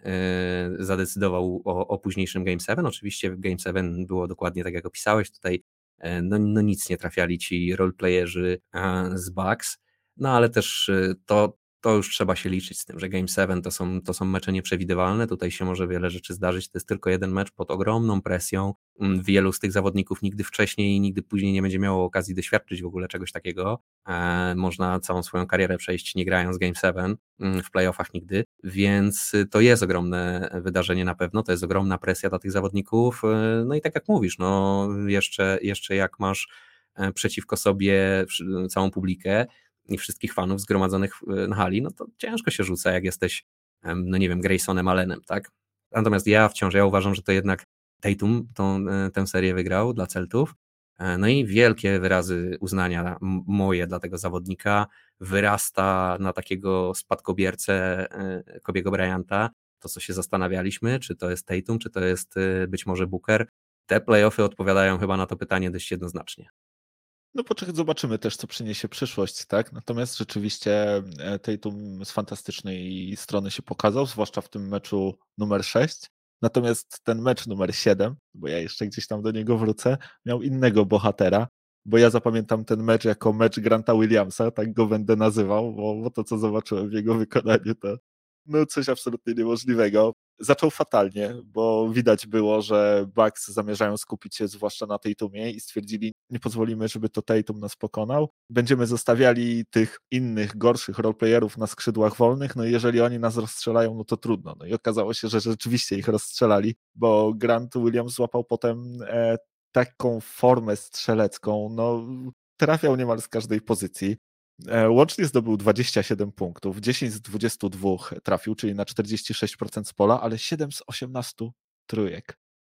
zadecydował o, o późniejszym Game siedem. Oczywiście w Game siedem było dokładnie tak jak opisałeś, tutaj no, no nic nie trafiali ci roleplayerzy z Bucks, no ale też to, to już trzeba się liczyć z tym, że Game siedem to są, to są mecze nieprzewidywalne, tutaj się może wiele rzeczy zdarzyć, to jest tylko jeden mecz pod ogromną presją, wielu z tych zawodników nigdy wcześniej i nigdy później nie będzie miało okazji doświadczyć w ogóle czegoś takiego, e, można całą swoją karierę przejść nie grając Game siedem w playoffach nigdy, więc to jest ogromne wydarzenie na pewno, to jest ogromna presja dla tych zawodników, no i tak jak mówisz, no jeszcze, jeszcze jak masz przeciwko sobie całą publikę i wszystkich fanów zgromadzonych na hali, no to ciężko się rzuca, jak jesteś, no nie wiem, Graysonem Allenem, tak? Natomiast ja wciąż, ja uważam, że to jednak Tatum tą, tę serię wygrał dla Celtów, no i wielkie wyrazy uznania moje dla tego zawodnika, wyrasta na takiego spadkobiercę Kobiego Bryanta, to co się zastanawialiśmy, czy to jest Tatum, czy to jest być może Booker, te playoffy odpowiadają chyba na to pytanie dość jednoznacznie. No poczekaj, zobaczymy też, co przyniesie przyszłość, tak? Natomiast rzeczywiście Tatum z fantastycznej strony się pokazał, zwłaszcza w tym meczu numer sześć. Natomiast ten mecz numer siedem, bo ja jeszcze gdzieś tam do niego wrócę, miał innego bohatera, bo ja zapamiętam ten mecz jako mecz Granta Williamsa, tak go będę nazywał, bo, bo to, co zobaczyłem w jego wykonaniu, to no coś absolutnie niemożliwego. Zaczął fatalnie, bo widać było, że Bucks zamierzają skupić się zwłaszcza na Tatumie i stwierdzili, nie pozwolimy, żeby to Tatum nas pokonał. Będziemy zostawiali tych innych, gorszych roleplayerów na skrzydłach wolnych, no i jeżeli oni nas rozstrzelają, no to trudno. No i okazało się, że rzeczywiście ich rozstrzelali, bo Grant Williams złapał potem e, taką formę strzelecką, no trafiał niemal z każdej pozycji. Łącznie zdobył dwadzieścia siedem punktów, dziesięć z dwudziestu dwóch trafił, czyli na czterdzieści sześć procent z pola, ale siedem z osiemnastu trójek.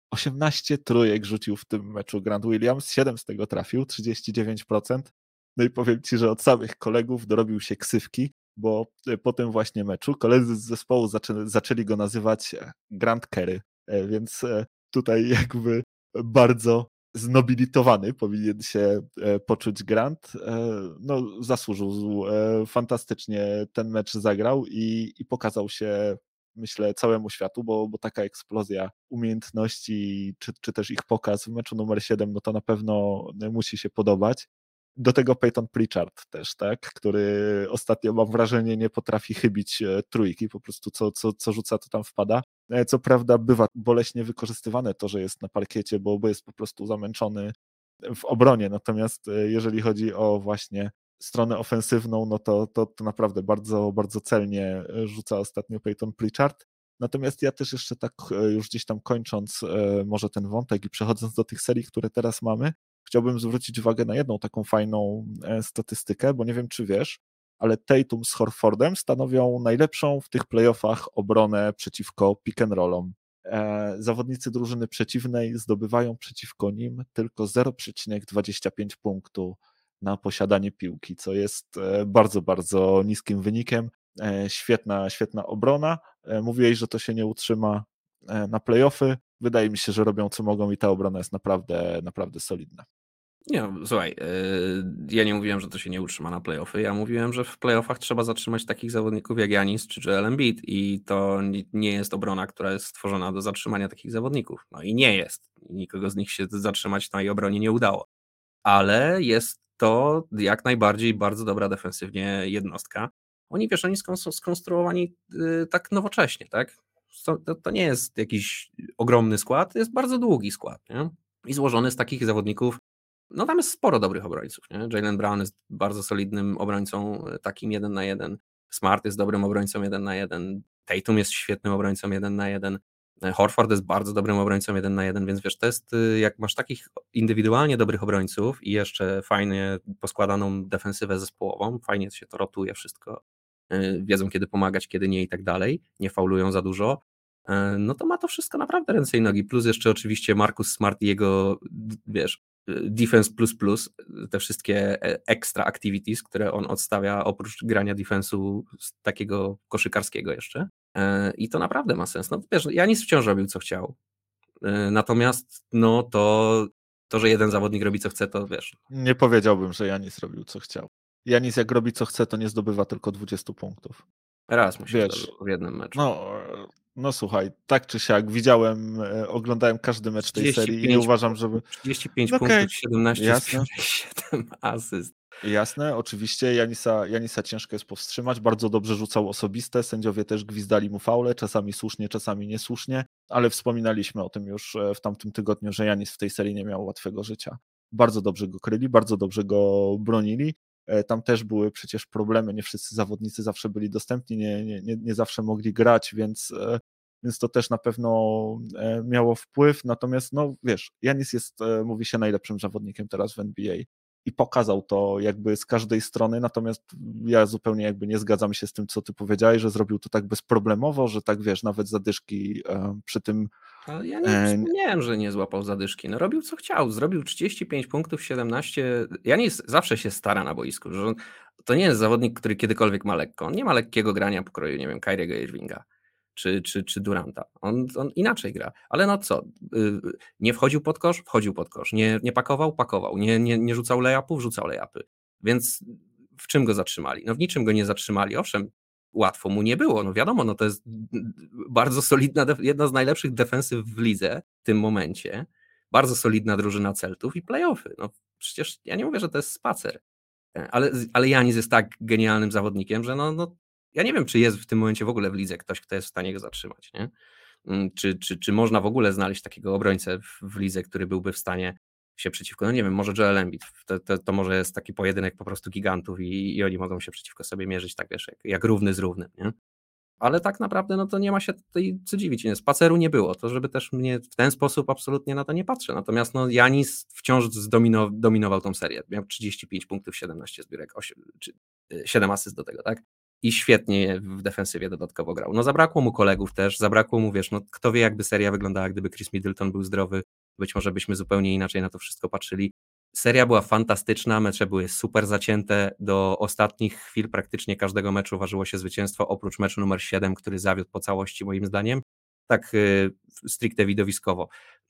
osiemnaście trójek rzucił w tym meczu Grant Williams, siedem z tego trafił, trzydzieści dziewięć procent. No i powiem ci, że od samych kolegów dorobił się ksywki, bo po tym właśnie meczu koledzy z zespołu zaczę- zaczęli go nazywać Grant Kerry, więc tutaj jakby bardzo znobilitowany powinien się poczuć Grant. No, zasłużył, fantastycznie ten mecz zagrał i, i pokazał się, myślę, całemu światu, bo, bo taka eksplozja umiejętności, czy, czy też ich pokaz w meczu numer siedem, no to na pewno musi się podobać. Do tego Peyton Pritchard też, tak, który ostatnio, mam wrażenie, nie potrafi chybić trójki, po prostu co, co, co rzuca, to tam wpada. Co prawda bywa boleśnie wykorzystywane to, że jest na parkiecie, bo, bo jest po prostu zamęczony w obronie, natomiast jeżeli chodzi o właśnie stronę ofensywną, no to, to, to naprawdę bardzo, bardzo celnie rzuca ostatnio Peyton Pritchard. Natomiast ja też jeszcze tak już gdzieś tam kończąc może ten wątek i przechodząc do tych serii, które teraz mamy, chciałbym zwrócić uwagę na jedną taką fajną statystykę, bo nie wiem, czy wiesz, ale Tatum z Horfordem stanowią najlepszą w tych playoffach obronę przeciwko pick and rollom. Zawodnicy drużyny przeciwnej zdobywają przeciwko nim tylko zero przecinek dwadzieścia pięć punktu na posiadanie piłki, co jest bardzo, bardzo niskim wynikiem. Świetna, świetna obrona. Mówiłeś, że to się nie utrzyma na playoffy. Wydaje mi się, że robią co mogą i ta obrona jest naprawdę, naprawdę solidna. Nie, no, słuchaj, yy, ja nie mówiłem, że to się nie utrzyma na playoffy, ja mówiłem, że w playoffach trzeba zatrzymać takich zawodników jak Giannis czy Joel Embiid i to nie jest obrona, która jest stworzona do zatrzymania takich zawodników. No i nie jest. Nikogo z nich się zatrzymać w tej obronie nie udało. Ale jest to jak najbardziej bardzo dobra defensywnie jednostka. Oni, wiesz, oni są skonstruowani yy, tak nowocześnie, tak? To, to nie jest jakiś ogromny skład, to jest bardzo długi skład, nie? I złożony z takich zawodników. No tam jest sporo dobrych obrońców, nie? Jaylen Brown jest bardzo solidnym obrońcą, takim jeden na jeden. Smart jest dobrym obrońcą jeden na jeden. Tatum jest świetnym obrońcą jeden na jeden. Horford jest bardzo dobrym obrońcą jeden na jeden, więc wiesz, to jest, jak masz takich indywidualnie dobrych obrońców i jeszcze fajnie poskładaną defensywę zespołową, fajnie się to rotuje wszystko, wiedzą kiedy pomagać, kiedy nie i tak dalej, nie faulują za dużo, no to ma to wszystko naprawdę ręce i nogi, plus jeszcze oczywiście Marcus Smart i jego, wiesz, defense plus plus, te wszystkie extra activities, które on odstawia oprócz grania defensu takiego koszykarskiego jeszcze. I to naprawdę ma sens. No wiesz, Janis wciąż robił co chciał. Natomiast no to, to, że jeden zawodnik robi co chce, to wiesz. Nie powiedziałbym, że Janis robił co chciał. Janis jak robi co chce, to nie zdobywa tylko dwudziestu punktów. Raz mu się wiesz, zdarzyło w jednym meczu. No, no słuchaj, tak czy siak, widziałem, oglądałem każdy mecz tej serii i nie uważam, żeby... trzydzieści pięć no punktów, okay, siedemnaście jasne. siedem asyst. Jasne, oczywiście Janisa, Janisa ciężko jest powstrzymać, bardzo dobrze rzucał osobiste, sędziowie też gwizdali mu faule, czasami słusznie, czasami niesłusznie, ale wspominaliśmy o tym już w tamtym tygodniu, że Janis w tej serii nie miał łatwego życia. Bardzo dobrze go kryli, bardzo dobrze go bronili. Tam też były przecież problemy, nie wszyscy zawodnicy zawsze byli dostępni, nie, nie, nie, nie zawsze mogli grać, więc, więc to też na pewno miało wpływ, natomiast no wiesz, Janis jest, mówi się, najlepszym zawodnikiem teraz w N B A i pokazał to jakby z każdej strony, natomiast ja zupełnie jakby nie zgadzam się z tym, co ty powiedziałeś, że zrobił to tak bezproblemowo, że tak wiesz, nawet zadyszki przy tym... Ale ja nie wspomniałem, że nie złapał zadyszki. No robił co chciał, zrobił trzydzieści pięć punktów, siedemnaście. Janis zawsze się stara na boisku, że on, to nie jest zawodnik, który kiedykolwiek ma lekko. On nie ma lekkiego grania pokroju, nie wiem, Kyriego Irvinga czy, czy, czy Duranta. On, on inaczej gra. Ale no co, nie wchodził pod kosz? Wchodził pod kosz. Nie, nie pakował? Pakował. Nie, nie, nie rzucał layupów? Rzucał layupy. Więc w czym go zatrzymali? No w niczym go nie zatrzymali. Owszem, łatwo mu nie było, no wiadomo, no to jest bardzo solidna, jedna z najlepszych defensyw w lidze w tym momencie, bardzo solidna drużyna Celtów i playoffy, no przecież ja nie mówię, że to jest spacer, ale, ale Janis jest tak genialnym zawodnikiem, że no, no ja nie wiem, czy jest w tym momencie w ogóle w lidze ktoś, kto jest w stanie go zatrzymać, nie? Czy, czy, czy można w ogóle znaleźć takiego obrońcę w, w lidze, który byłby w stanie się przeciwko, no nie wiem, może Joel Embiid, to, to, to może jest taki pojedynek po prostu gigantów i, i oni mogą się przeciwko sobie mierzyć, tak wiesz, jak, jak równy z równym, nie? Ale tak naprawdę no to nie ma się tutaj co dziwić, nie? Spaceru nie było, to żeby też mnie w ten sposób absolutnie na to nie patrzę, natomiast no Janis wciąż zdominował, dominował tą serię, miał trzydzieści pięć punktów, siedemnaście zbiórek, osiem, czy siedem asyst do tego, tak? i świetnie w defensywie dodatkowo grał. No zabrakło mu kolegów też, zabrakło mu, wiesz, no kto wie jakby seria wyglądała, gdyby Chris Middleton był zdrowy, być może byśmy zupełnie inaczej na to wszystko patrzyli. Seria była fantastyczna, mecze były super zacięte, do ostatnich chwil praktycznie każdego meczu ważyło się zwycięstwo, oprócz meczu numer siedem, który zawiódł po całości moim zdaniem, tak y, stricte widowiskowo.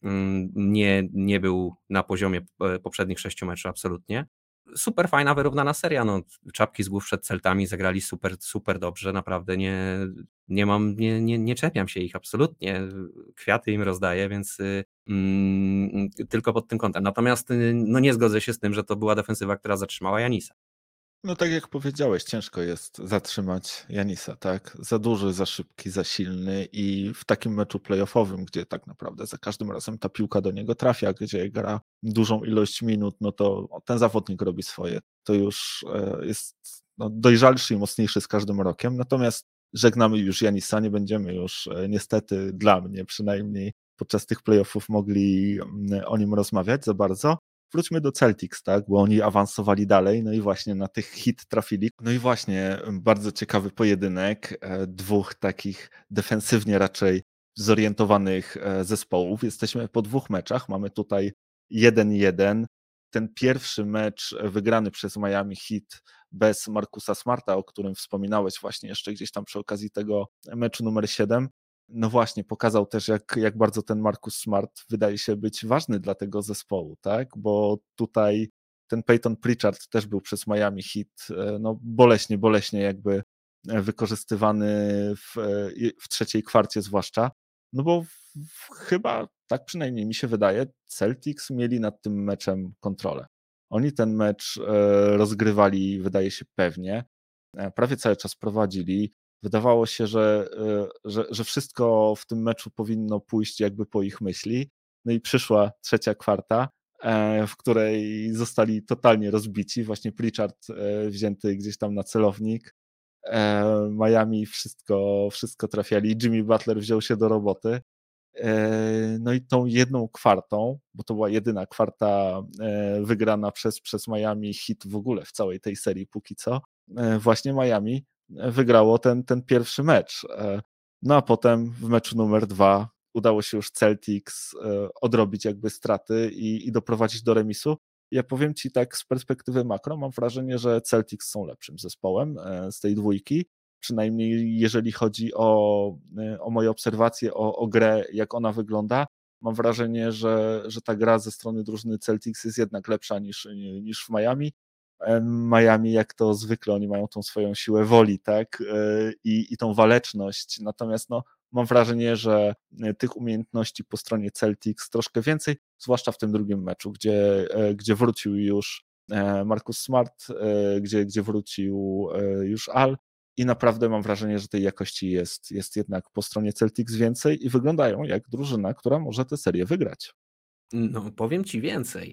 Nie, nie był na poziomie poprzednich sześciu meczów absolutnie. Super fajna, wyrównana seria, no, czapki z głów przed Celtami zagrali super, super dobrze, naprawdę nie, nie mam, nie, nie, nie czepiam się ich absolutnie, kwiaty im rozdaję, więc mm, tylko pod tym kątem. Natomiast no, nie zgodzę się z tym, że to była defensywa, która zatrzymała Janisa. No tak jak powiedziałeś, ciężko jest zatrzymać Janisa, tak? Za duży, za szybki, za silny i w takim meczu playoffowym, gdzie tak naprawdę za każdym razem ta piłka do niego trafia, gdzie gra dużą ilość minut, no to ten zawodnik robi swoje. To już jest no, dojrzalszy i mocniejszy z każdym rokiem, natomiast żegnamy już Janisa, nie będziemy już niestety dla mnie przynajmniej podczas tych playoffów mogli o nim rozmawiać za bardzo. Wróćmy do Celtics, tak, bo oni awansowali dalej, no i właśnie na tych hit trafili. No i właśnie bardzo ciekawy pojedynek dwóch takich defensywnie raczej zorientowanych zespołów. Jesteśmy po dwóch meczach, mamy tutaj jeden jeden. Ten pierwszy mecz wygrany przez Miami Heat bez Marcusa Smarta, o którym wspominałeś właśnie jeszcze gdzieś tam przy okazji tego meczu numer siedem, no właśnie, pokazał też, jak, jak bardzo ten Marcus Smart wydaje się być ważny dla tego zespołu, tak? Bo tutaj ten Peyton Pritchard też był przez Miami Heat no boleśnie, boleśnie jakby wykorzystywany w, w trzeciej kwarcie zwłaszcza, no bo w, w, chyba, tak przynajmniej mi się wydaje, Celtics mieli nad tym meczem kontrolę. Oni ten mecz rozgrywali, wydaje się, pewnie, prawie cały czas prowadzili. Wydawało się, że, że, że wszystko w tym meczu powinno pójść jakby po ich myśli. No i przyszła trzecia kwarta, w której zostali totalnie rozbici. Właśnie Pritchard wzięty gdzieś tam na celownik. Miami wszystko, wszystko trafiali. Jimmy Butler wziął się do roboty. No i tą jedną kwartą, bo to była jedyna kwarta wygrana przez, przez Miami Heat w ogóle w całej tej serii póki co, właśnie Miami wygrało ten, ten pierwszy mecz. No a potem w meczu numer dwa udało się już Celtics odrobić jakby straty i, i doprowadzić do remisu. Ja powiem Ci tak z perspektywy makro, mam wrażenie, że Celtics są lepszym zespołem z tej dwójki, przynajmniej jeżeli chodzi o, o moje obserwacje, o, o grę, jak ona wygląda. Mam wrażenie, że, że ta gra ze strony drużyny Celtics jest jednak lepsza niż, niż w Miami. Miami, jak to zwykle, oni mają tą swoją siłę woli, tak, i, i tą waleczność, natomiast no, mam wrażenie, że tych umiejętności po stronie Celtics troszkę więcej, zwłaszcza w tym drugim meczu, gdzie, gdzie wrócił już Marcus Smart, gdzie, gdzie wrócił już Al i naprawdę mam wrażenie, że tej jakości jest, jest jednak po stronie Celtics więcej i wyglądają jak drużyna, która może tę serię wygrać. No, powiem Ci więcej.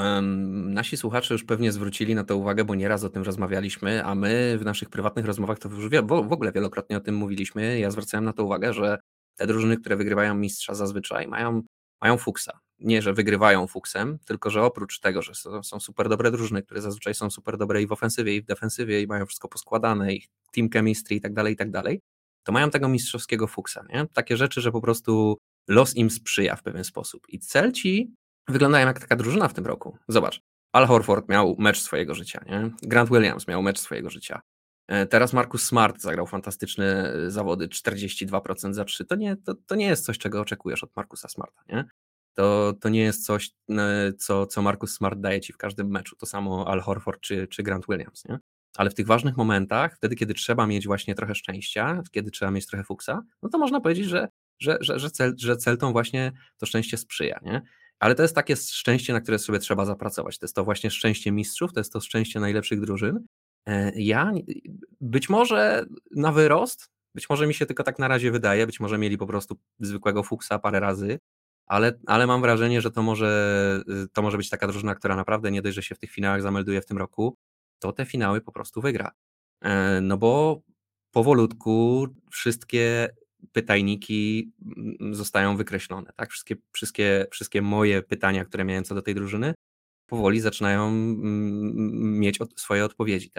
Um, nasi słuchacze już pewnie zwrócili na to uwagę, bo nieraz o tym rozmawialiśmy, a my w naszych prywatnych rozmowach to już wie, w, w ogóle wielokrotnie o tym mówiliśmy. Ja zwracałem na to uwagę, że te drużyny, które wygrywają mistrza zazwyczaj mają, mają fuksa. Nie, że wygrywają fuksem, tylko że oprócz tego, że są, są super dobre drużyny, które zazwyczaj są super dobre i w ofensywie, i w defensywie, i mają wszystko poskładane, i team chemistry i tak dalej, i tak dalej, to mają tego mistrzowskiego fuksa, nie? Takie rzeczy, że po prostu los im sprzyja w pewien sposób. I Celci wyglądają jak taka drużyna w tym roku. Zobacz, Al Horford miał mecz swojego życia, nie? Grant Williams miał mecz swojego życia. Teraz Marcus Smart zagrał fantastyczne zawody, czterdzieści dwa procent za trzy. To nie, to, to nie jest coś, czego oczekujesz od Marcusa Smarta, nie? To, to nie jest coś, co, co Marcus Smart daje ci w każdym meczu. To samo Al Horford czy, czy Grant Williams, nie? Ale w tych ważnych momentach, wtedy, kiedy trzeba mieć właśnie trochę szczęścia, kiedy trzeba mieć trochę fuksa, no to można powiedzieć, że, że, że, że, cel, że Celtom właśnie to szczęście sprzyja, nie? Ale to jest takie szczęście, na które sobie trzeba zapracować. To jest to właśnie szczęście mistrzów, to jest to szczęście najlepszych drużyn. Ja być może na wyrost, być może mi się tylko tak na razie wydaje, być może mieli po prostu zwykłego fuksa parę razy, ale, ale mam wrażenie, że to może, to może być taka drużyna, która naprawdę nie dość, że się w tych finałach zamelduje w tym roku, to te finały po prostu wygra. No bo powolutku wszystkie pytajniki zostają wykreślone, tak? Wszystkie, wszystkie, wszystkie moje pytania, które miałem co do tej drużyny, powoli zaczynają mieć swoje odpowiedzi, tak?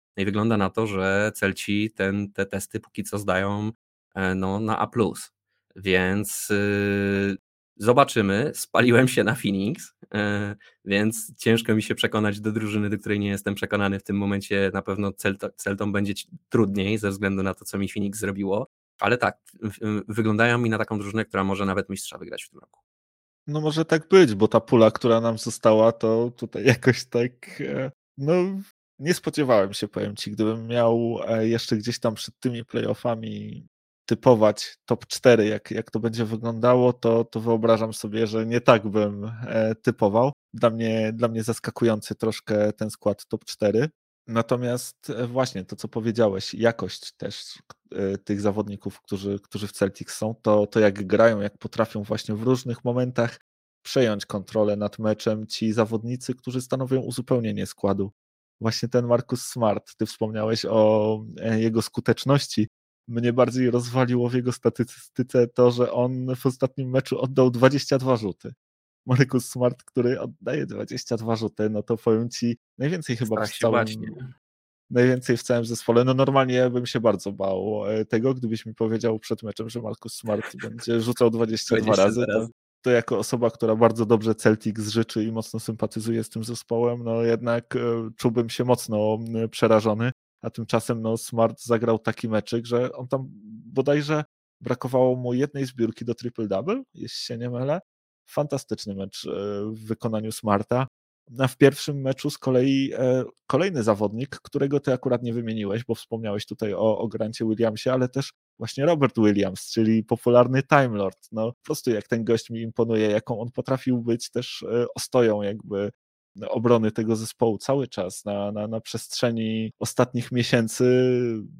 I wygląda na to, że Celci ten, te testy póki co zdają no, na A plus, więc yy, zobaczymy. Spaliłem się na Phoenix, yy, więc ciężko mi się przekonać do drużyny, do której nie jestem przekonany w tym momencie. Na pewno Celt- Celtom będzie trudniej ze względu na to, co mi Phoenix zrobiło, ale tak, yy, wyglądają mi na taką drużynę, która może nawet mistrza wygrać w tym roku. No może tak być, bo ta pula, która nam została, to tutaj jakoś tak, no nie spodziewałem się, powiem ci, gdybym miał jeszcze gdzieś tam przed tymi playoffami typować top cztery, jak, jak to będzie wyglądało, to, to wyobrażam sobie, że nie tak bym typował. Dla mnie, dla mnie zaskakujący troszkę ten skład top cztery. Natomiast właśnie to, co powiedziałeś, jakość też tych zawodników, którzy, którzy w Celtics są, to, to jak grają, jak potrafią właśnie w różnych momentach przejąć kontrolę nad meczem ci zawodnicy, którzy stanowią uzupełnienie składu. Właśnie ten Marcus Smart, ty wspomniałeś o jego skuteczności. Mnie bardziej rozwaliło w jego statystyce to, że on w ostatnim meczu oddał dwadzieścia dwa rzuty. Marcus Smart, który oddaje dwadzieścia dwa rzuty, no to powiem ci, najwięcej chyba w całym, najwięcej w całym zespole. No normalnie bym się bardzo bał tego, gdybyś mi powiedział przed meczem, że Marcus Smart będzie rzucał dwadzieścia dwa razy, to, to jako osoba, która bardzo dobrze Celtics życzy i mocno sympatyzuje z tym zespołem, no jednak czułbym się mocno przerażony, a tymczasem no Smart zagrał taki meczyk, że on tam bodajże brakowało mu jednej zbiórki do triple-double, jeśli się nie mylę. Fantastyczny mecz w wykonaniu Smarta. A w pierwszym meczu z kolei kolejny zawodnik, którego ty akurat nie wymieniłeś, bo wspomniałeś tutaj o, o Grancie Williamsie, ale też właśnie Robert Williams, czyli popularny Time Lord. No po prostu jak ten gość mi imponuje, jaką on potrafił być też ostoją jakby obrony tego zespołu cały czas na, na, na przestrzeni ostatnich miesięcy.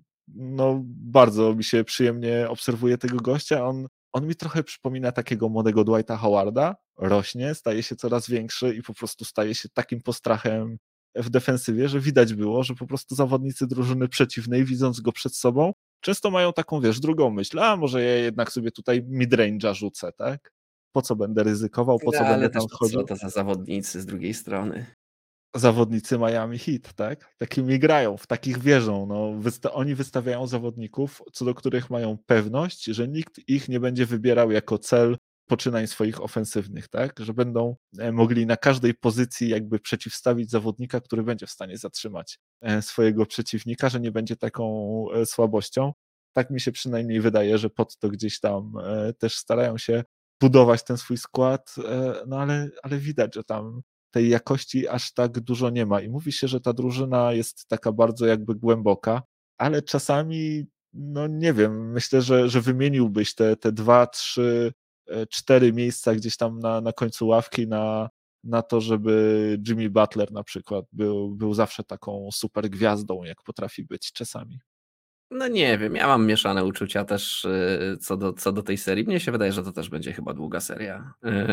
No bardzo mi się przyjemnie obserwuje tego gościa. On On mi trochę przypomina takiego młodego Dwighta Howarda, rośnie, staje się coraz większy i po prostu staje się takim postrachem w defensywie, że widać było, że po prostu zawodnicy drużyny przeciwnej, widząc go przed sobą, często mają taką, wiesz, drugą myśl, a może ja jednak sobie tutaj midrange'a rzucę, tak? Po co będę ryzykował, po co no, będę ale tam też wchodził? co to za zawodnicy z drugiej strony. Zawodnicy Miami Heat, tak? Takimi grają, w takich wierzą. No, wysta- oni wystawiają zawodników, co do których mają pewność, że nikt ich nie będzie wybierał jako cel poczynań swoich ofensywnych, tak? Że będą mogli na każdej pozycji jakby przeciwstawić zawodnika, który będzie w stanie zatrzymać swojego przeciwnika, że nie będzie taką słabością. Tak mi się przynajmniej wydaje, że pod to gdzieś tam też starają się budować ten swój skład, no ale, ale widać, że tam tej jakości aż tak dużo nie ma i mówi się, że ta drużyna jest taka bardzo jakby głęboka, ale czasami, no nie wiem, myślę, że, że wymieniłbyś te, te dwa, trzy, cztery miejsca gdzieś tam na, na końcu ławki na, na to, żeby Jimmy Butler na przykład był, był zawsze taką super gwiazdą, jak potrafi być czasami. No nie wiem, ja mam mieszane uczucia też co do, co do tej serii. Mnie się wydaje, że to też będzie chyba długa seria.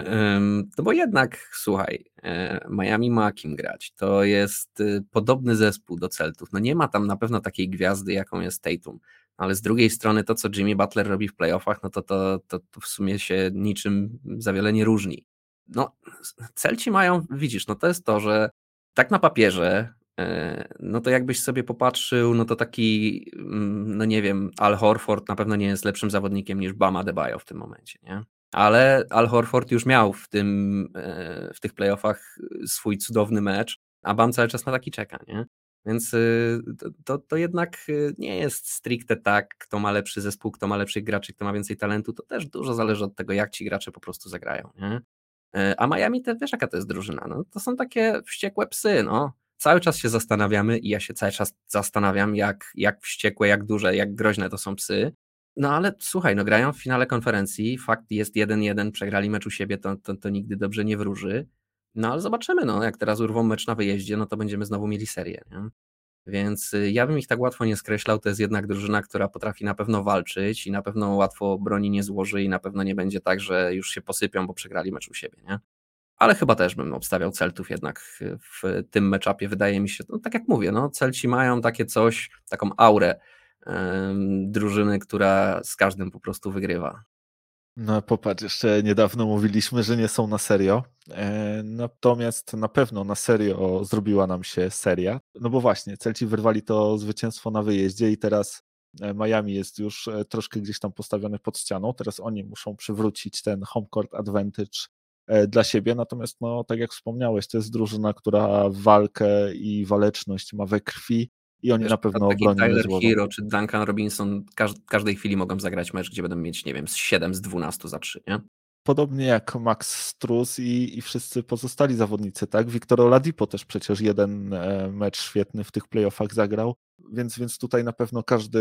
No bo jednak, słuchaj, Miami ma kim grać. To jest podobny zespół do Celtów. No nie ma tam na pewno takiej gwiazdy, jaką jest Tatum. Ale z drugiej strony to, co Jimmy Butler robi w playoffach, no to, to, to, to w sumie się niczym za wiele nie różni. No, Celci mają, widzisz, no to jest to, że tak na papierze, no to jakbyś sobie popatrzył, no to taki, no nie wiem, Al Horford na pewno nie jest lepszym zawodnikiem niż Bam Adebayo w tym momencie, nie? Ale Al Horford już miał w tym, w tych playoffach swój cudowny mecz, a Bam cały czas na taki czeka, nie? Więc to, to jednak nie jest stricte tak, kto ma lepszy zespół, kto ma lepszych graczy, kto ma więcej talentu, to też dużo zależy od tego, jak ci gracze po prostu zagrają, nie? A Miami, to wiesz jaka to jest drużyna, no to są takie wściekłe psy, no. Cały czas się zastanawiamy i ja się cały czas zastanawiam, jak, jak wściekłe, jak duże, jak groźne to są psy. No ale słuchaj, no grają w finale konferencji, fakt jest jeden jeden, przegrali mecz u siebie, to, to, to nigdy dobrze nie wróży. No ale zobaczymy, no jak teraz urwą mecz na wyjeździe, no to będziemy znowu mieli serię, nie? Więc ja bym ich tak łatwo nie skreślał, to jest jednak drużyna, która potrafi na pewno walczyć i na pewno łatwo broni nie złoży i na pewno nie będzie tak, że już się posypią, bo przegrali mecz u siebie, nie? Ale chyba też bym obstawiał Celtów jednak w tym meczapie, wydaje mi się, no tak jak mówię, no Celci mają takie coś, taką aurę um, drużyny, która z każdym po prostu wygrywa. No popatrz, jeszcze niedawno mówiliśmy, że nie są na serio, e, natomiast na pewno na serio zrobiła nam się seria, no bo właśnie, Celci wyrwali to zwycięstwo na wyjeździe i teraz e, Miami jest już e, troszkę gdzieś tam postawiony pod ścianą, teraz oni muszą przywrócić ten home court advantage e, dla siebie, natomiast no tak jak wspomniałeś, to jest drużyna, która walkę i waleczność ma we krwi i oni Wiesz, na na przykład pewno taki obronią nie Tyler złożą. Hero czy Duncan Robinson każ każdej chwili mogą zagrać mecz, gdzie będą mieć, nie wiem, z siedem z dwunastu za trzy, nie? Podobnie jak Max Strus i, i wszyscy pozostali zawodnicy, tak? Victor Oladipo też przecież jeden e, mecz świetny w tych playoffach zagrał, więc, więc tutaj na pewno każdy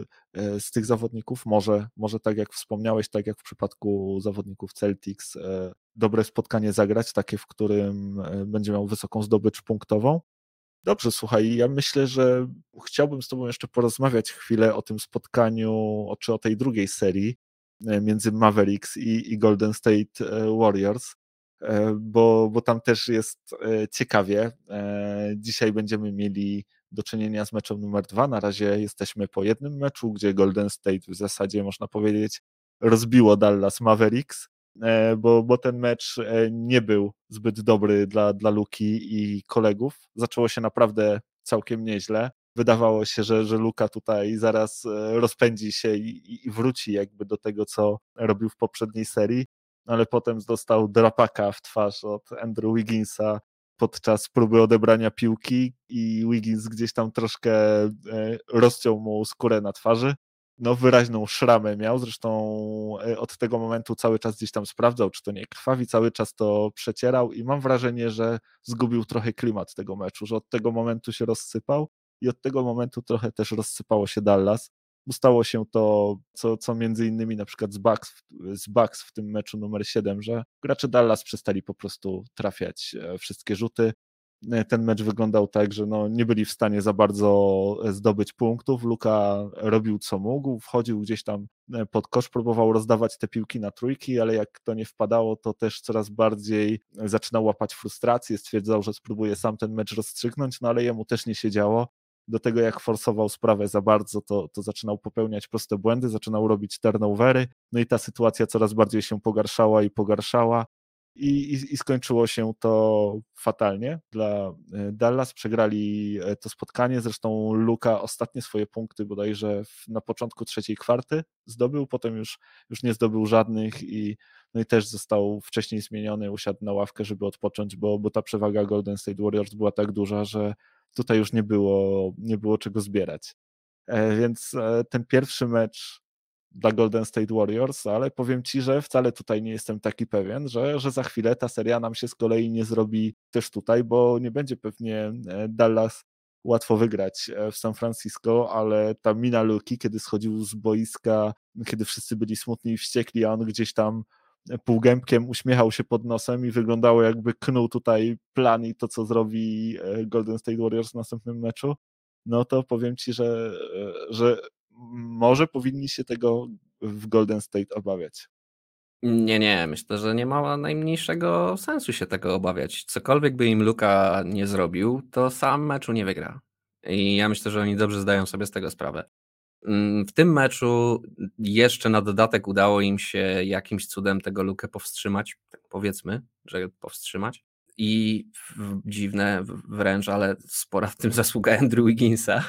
e, z tych zawodników może, może tak jak wspomniałeś, tak jak w przypadku zawodników Celtics, e, dobre spotkanie zagrać, takie, w którym e, będzie miał wysoką zdobycz punktową. Dobrze, słuchaj, ja myślę, że chciałbym z tobą jeszcze porozmawiać chwilę o tym spotkaniu, czy o tej drugiej serii e, między Mavericks i, i Golden State e, Warriors, e, bo, bo tam też jest e, ciekawie. E, Dzisiaj będziemy mieli do czynienia z meczem numer dwa. Na razie jesteśmy po jednym meczu, gdzie Golden State w zasadzie, można powiedzieć, rozbiło Dallas Mavericks, e, bo, bo ten mecz e, nie był zbyt dobry dla, dla Luki i kolegów. Zaczęło się naprawdę całkiem nieźle. Wydawało się, że, że Luka tutaj zaraz e, rozpędzi się i, i wróci jakby do tego, co robił w poprzedniej serii, ale potem dostał drapaka w twarz od Andrew Wigginsa podczas próby odebrania piłki i Wiggins gdzieś tam troszkę e, rozciął mu skórę na twarzy. No wyraźną szramę miał, zresztą e, od tego momentu cały czas gdzieś tam sprawdzał, czy to nie krwawi, cały czas to przecierał i mam wrażenie, że zgubił trochę klimat tego meczu, że od tego momentu się rozsypał i od tego momentu trochę też rozsypało się Dallas. Stało się to, co, co między innymi na przykład z Bucks, z Bucks w tym meczu numer siedem, że gracze Dallas przestali po prostu trafiać e, wszystkie rzuty. E, Ten mecz wyglądał tak, że no nie byli w stanie za bardzo zdobyć punktów. Luka robił co mógł, wchodził gdzieś tam e, pod kosz, próbował rozdawać te piłki na trójki, ale jak to nie wpadało, to też coraz bardziej zaczynał łapać frustrację, stwierdzał, że spróbuje sam ten mecz rozstrzygnąć, no ale jemu też nie siedziało. Do tego jak forsował sprawę za bardzo, to, to zaczynał popełniać proste błędy, zaczynał robić turnovery, no i ta sytuacja coraz bardziej się pogarszała i pogarszała i, i, i skończyło się to fatalnie dla e, Dallas, przegrali e, to spotkanie, zresztą Luka ostatnie swoje punkty bodajże w, na początku trzeciej kwarty zdobył, potem już, już nie zdobył żadnych i no i też został wcześniej zmieniony, usiadł na ławkę, żeby odpocząć, bo, bo ta przewaga Golden State Warriors była tak duża, że tutaj już nie było, nie było czego zbierać. E, Więc e, ten pierwszy mecz dla Golden State Warriors, ale powiem Ci, że wcale tutaj nie jestem taki pewien, że, że za chwilę ta seria nam się z kolei nie zrobi też tutaj, bo nie będzie pewnie e, Dallas łatwo wygrać e, w San Francisco, ale ta mina Luki, kiedy schodził z boiska, kiedy wszyscy byli smutni i wściekli, a on gdzieś tam półgębkiem uśmiechał się pod nosem i wyglądało jakby knuł tutaj plan i to, co zrobi e, Golden State Warriors w następnym meczu, no to powiem Ci, że, e, że może powinni się tego w Golden State obawiać. Nie, nie, myślę, że nie ma najmniejszego sensu się tego obawiać. Cokolwiek by im Luka nie zrobił, to sam meczu nie wygra. I ja myślę, że oni dobrze zdają sobie z tego sprawę. Mm, W tym meczu jeszcze na dodatek udało im się jakimś cudem tego Lukę powstrzymać, tak powiedzmy, że powstrzymać. I w- dziwne w- wręcz, ale spora w tym zasługa Andrew Wigginsa.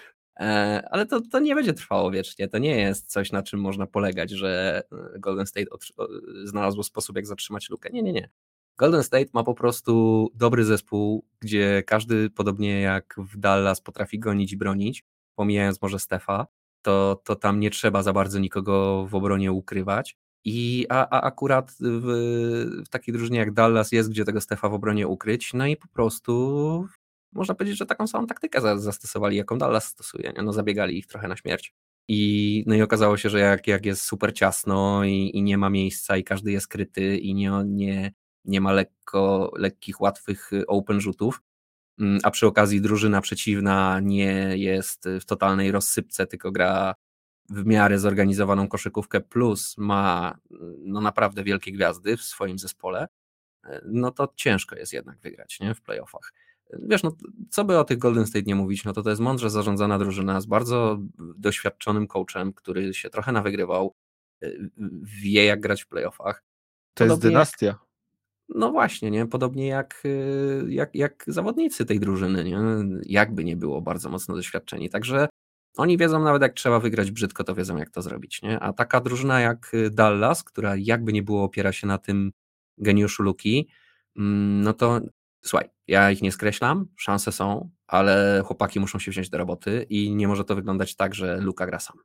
E, Ale to, to nie będzie trwało wiecznie. To nie jest coś, na czym można polegać, że e, Golden State otr- o- znalazło sposób, jak zatrzymać Lukę. Nie, nie, nie. Golden State ma po prostu dobry zespół, gdzie każdy, podobnie jak w Dallas, potrafi gonić i bronić, pomijając może Stefa, to, to tam nie trzeba za bardzo nikogo w obronie ukrywać. I a, a akurat w, w takiej drużynie jak Dallas jest, gdzie tego Stefa w obronie ukryć, no i po prostu można powiedzieć, że taką samą taktykę za- zastosowali, jaką Dallas stosuje. Nie? No, zabiegali ich trochę na śmierć. I, no i okazało się, że jak, jak jest super ciasno i, i nie ma miejsca i każdy jest kryty i nie, nie, nie ma lekko, lekkich, łatwych open rzutów, mm, a przy okazji drużyna przeciwna nie jest w totalnej rozsypce, tylko gra w miarę zorganizowaną koszykówkę plus ma no naprawdę wielkie gwiazdy w swoim zespole, no to ciężko jest jednak wygrać, nie, w playoffach. Wiesz, no co by o tych Golden State nie mówić, no to to jest mądrze zarządzana drużyna z bardzo doświadczonym coachem, który się trochę nawygrywał. wie jak grać w playoffach. To jest Podobnie jak, dynastia. no właśnie, nie? Podobnie jak, jak, jak zawodnicy tej drużyny, nie? Jakby nie było bardzo mocno doświadczeni. Także oni wiedzą nawet jak trzeba wygrać brzydko, to wiedzą jak to zrobić, nie? A taka drużyna jak Dallas, która jakby nie było opiera się na tym geniuszu Luki, no to słuchaj, ja ich nie skreślam, szanse są, ale chłopaki muszą się wziąć do roboty i nie może to wyglądać tak, że Luka gra sam.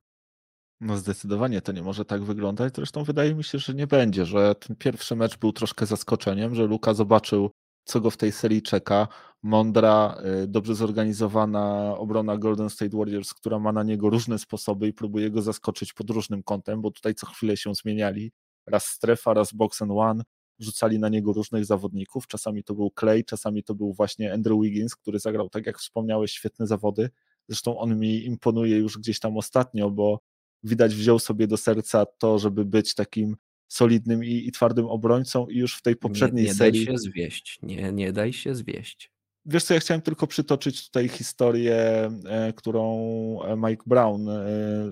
No zdecydowanie to nie może tak wyglądać. Zresztą wydaje mi się, że nie będzie, że ten pierwszy mecz był troszkę zaskoczeniem, że Luka zobaczył, co go w tej serii czeka. Mądra, dobrze zorganizowana obrona Golden State Warriors, która ma na niego różne sposoby i próbuje go zaskoczyć pod różnym kątem, bo tutaj co chwilę się zmieniali. Raz strefa, raz box and one. Rzucali na niego różnych zawodników. Czasami to był Clay, czasami to był właśnie Andrew Wiggins, który zagrał, tak jak wspomniałeś, świetne zawody. Zresztą on mi imponuje już gdzieś tam ostatnio, bo widać wziął sobie do serca to, żeby być takim solidnym i, i twardym obrońcą i już w tej poprzedniej nie, nie serii... Nie daj się zwieść, nie, nie daj się zwieść. Wiesz co, ja chciałem tylko przytoczyć tutaj historię, e, którą Mike Brown, e,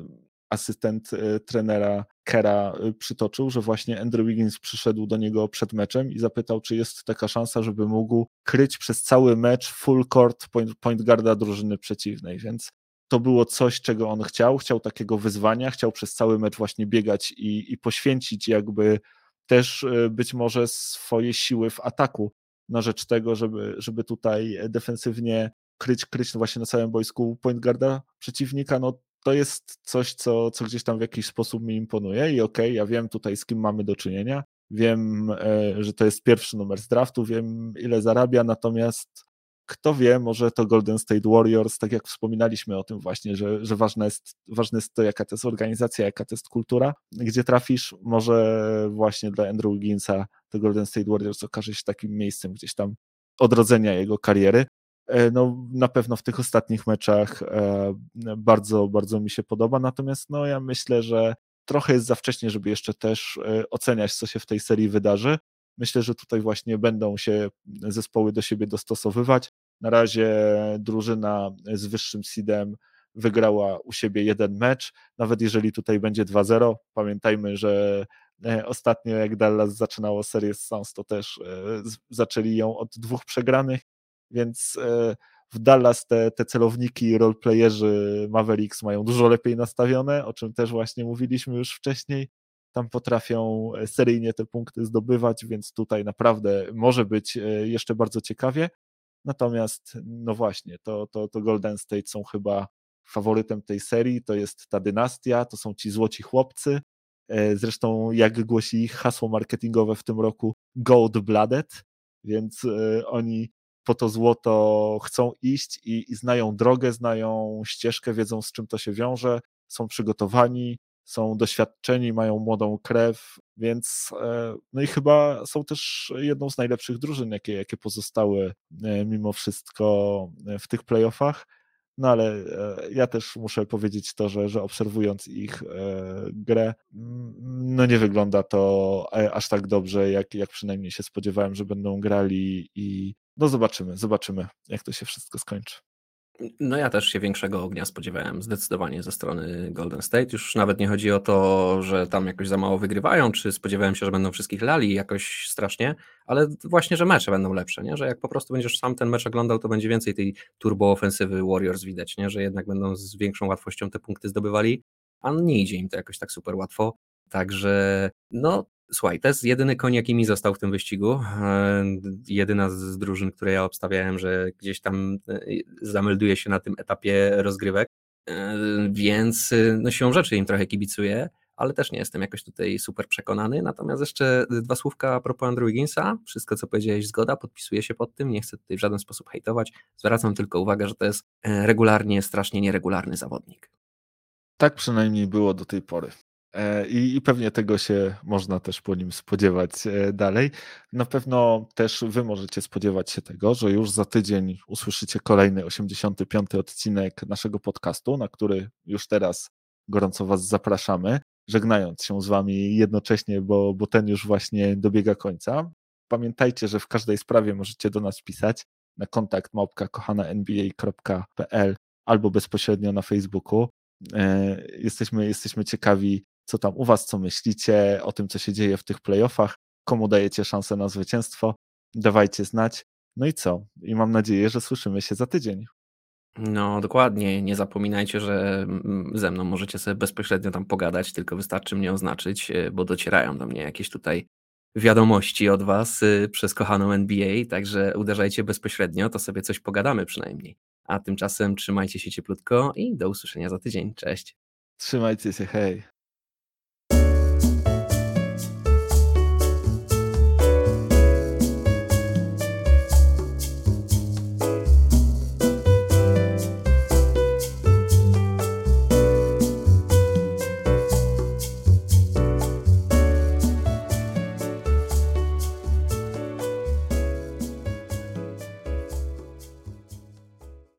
asystent e, trenera Kera, e, przytoczył, że właśnie Andrew Wiggins przyszedł do niego przed meczem i zapytał, czy jest taka szansa, żeby mógł kryć przez cały mecz full court point, point guarda drużyny przeciwnej, więc to było coś, czego on chciał, chciał takiego wyzwania, chciał przez cały mecz właśnie biegać i, i poświęcić jakby też być może swoje siły w ataku na rzecz tego, żeby, żeby tutaj defensywnie kryć, kryć właśnie na całym boisku point guarda przeciwnika, no to jest coś, co, co gdzieś tam w jakiś sposób mi imponuje i okej, okay, ja wiem tutaj z kim mamy do czynienia, wiem, że to jest pierwszy numer z draftu, wiem ile zarabia, natomiast kto wie, może to Golden State Warriors, tak jak wspominaliśmy o tym właśnie, że, że ważne jest, ważne jest to, jaka to jest organizacja, jaka to jest kultura, gdzie trafisz, może właśnie dla Andrew Wigginsa to Golden State Warriors okaże się takim miejscem gdzieś tam odrodzenia jego kariery. No, na pewno w tych ostatnich meczach bardzo, bardzo mi się podoba, natomiast no, ja myślę, że trochę jest za wcześnie, żeby jeszcze też oceniać, co się w tej serii wydarzy. Myślę, że tutaj właśnie będą się zespoły do siebie dostosowywać. Na razie drużyna z wyższym seedem wygrała u siebie jeden mecz, nawet jeżeli tutaj będzie dwa zero. Pamiętajmy, że ostatnio jak Dallas zaczynało serię z Suns, to też zaczęli ją od dwóch przegranych, więc w Dallas te, te celowniki i roleplayerzy Mavericks mają dużo lepiej nastawione, o czym też właśnie mówiliśmy już wcześniej. Tam potrafią seryjnie te punkty zdobywać, więc tutaj naprawdę może być jeszcze bardzo ciekawie. Natomiast no właśnie, to, to, to Golden State są chyba faworytem tej serii, to jest ta dynastia, to są ci złoci chłopcy. Zresztą jak głosi ich hasło marketingowe w tym roku, Gold-Blooded, więc oni po to złoto chcą iść i, i znają drogę, znają ścieżkę, wiedzą z czym to się wiąże, są przygotowani, są doświadczeni, mają młodą krew, więc no i chyba są też jedną z najlepszych drużyn, jakie, jakie pozostały mimo wszystko w tych playoffach. No ale ja też muszę powiedzieć to, że, że obserwując ich grę, no nie wygląda to aż tak dobrze, jak, jak przynajmniej się spodziewałem, że będą grali i no zobaczymy, zobaczymy, jak to się wszystko skończy. No ja też się większego ognia spodziewałem zdecydowanie ze strony Golden State. Już nawet nie chodzi o to, że tam jakoś za mało wygrywają, czy spodziewałem się, że będą wszystkich lali jakoś strasznie, ale właśnie, że mecze będą lepsze, nie? Że jak po prostu będziesz sam ten mecz oglądał, to będzie więcej tej turbo-ofensywy Warriors widać, nie? Że jednak będą z większą łatwością te punkty zdobywali, a nie idzie im to jakoś tak super łatwo. Także no słuchaj, to jest jedyny koń, jaki mi został w tym wyścigu. Jedyna z drużyn, które ja obstawiałem, że gdzieś tam zamelduje się na tym etapie rozgrywek, więc no siłą rzeczy im trochę kibicuję, ale też nie jestem jakoś tutaj super przekonany. Natomiast jeszcze dwa słówka a propos Andrew Wigginsa. Wszystko, co powiedziałeś, zgoda, podpisuję się pod tym, nie chcę tutaj w żaden sposób hejtować. Zwracam tylko uwagę, że to jest regularnie, strasznie nieregularny zawodnik. Tak przynajmniej było do tej pory. I, I pewnie tego się można też po nim spodziewać dalej. Na pewno też wy możecie spodziewać się tego, że już za tydzień usłyszycie kolejny osiemdziesiąty piąty odcinek naszego podcastu, na który już teraz gorąco was zapraszamy, żegnając się z wami jednocześnie, bo, bo ten już właśnie dobiega końca. Pamiętajcie, że w każdej sprawie możecie do nas pisać na kontakt małpka kochana n b a kropka p l albo bezpośrednio na Facebooku. Jesteśmy, jesteśmy ciekawi co tam u was, co myślicie o tym, co się dzieje w tych playoffach, komu dajecie szansę na zwycięstwo, dawajcie znać. No i co? I mam nadzieję, że słyszymy się za tydzień. No dokładnie, nie zapominajcie, że mm, ze mną możecie sobie bezpośrednio tam pogadać, tylko wystarczy mnie oznaczyć, y, bo docierają do mnie jakieś tutaj wiadomości od was y, przez kochaną N B A, także uderzajcie bezpośrednio, to sobie coś pogadamy przynajmniej. A tymczasem trzymajcie się cieplutko i do usłyszenia za tydzień. Cześć. Trzymajcie się, hej.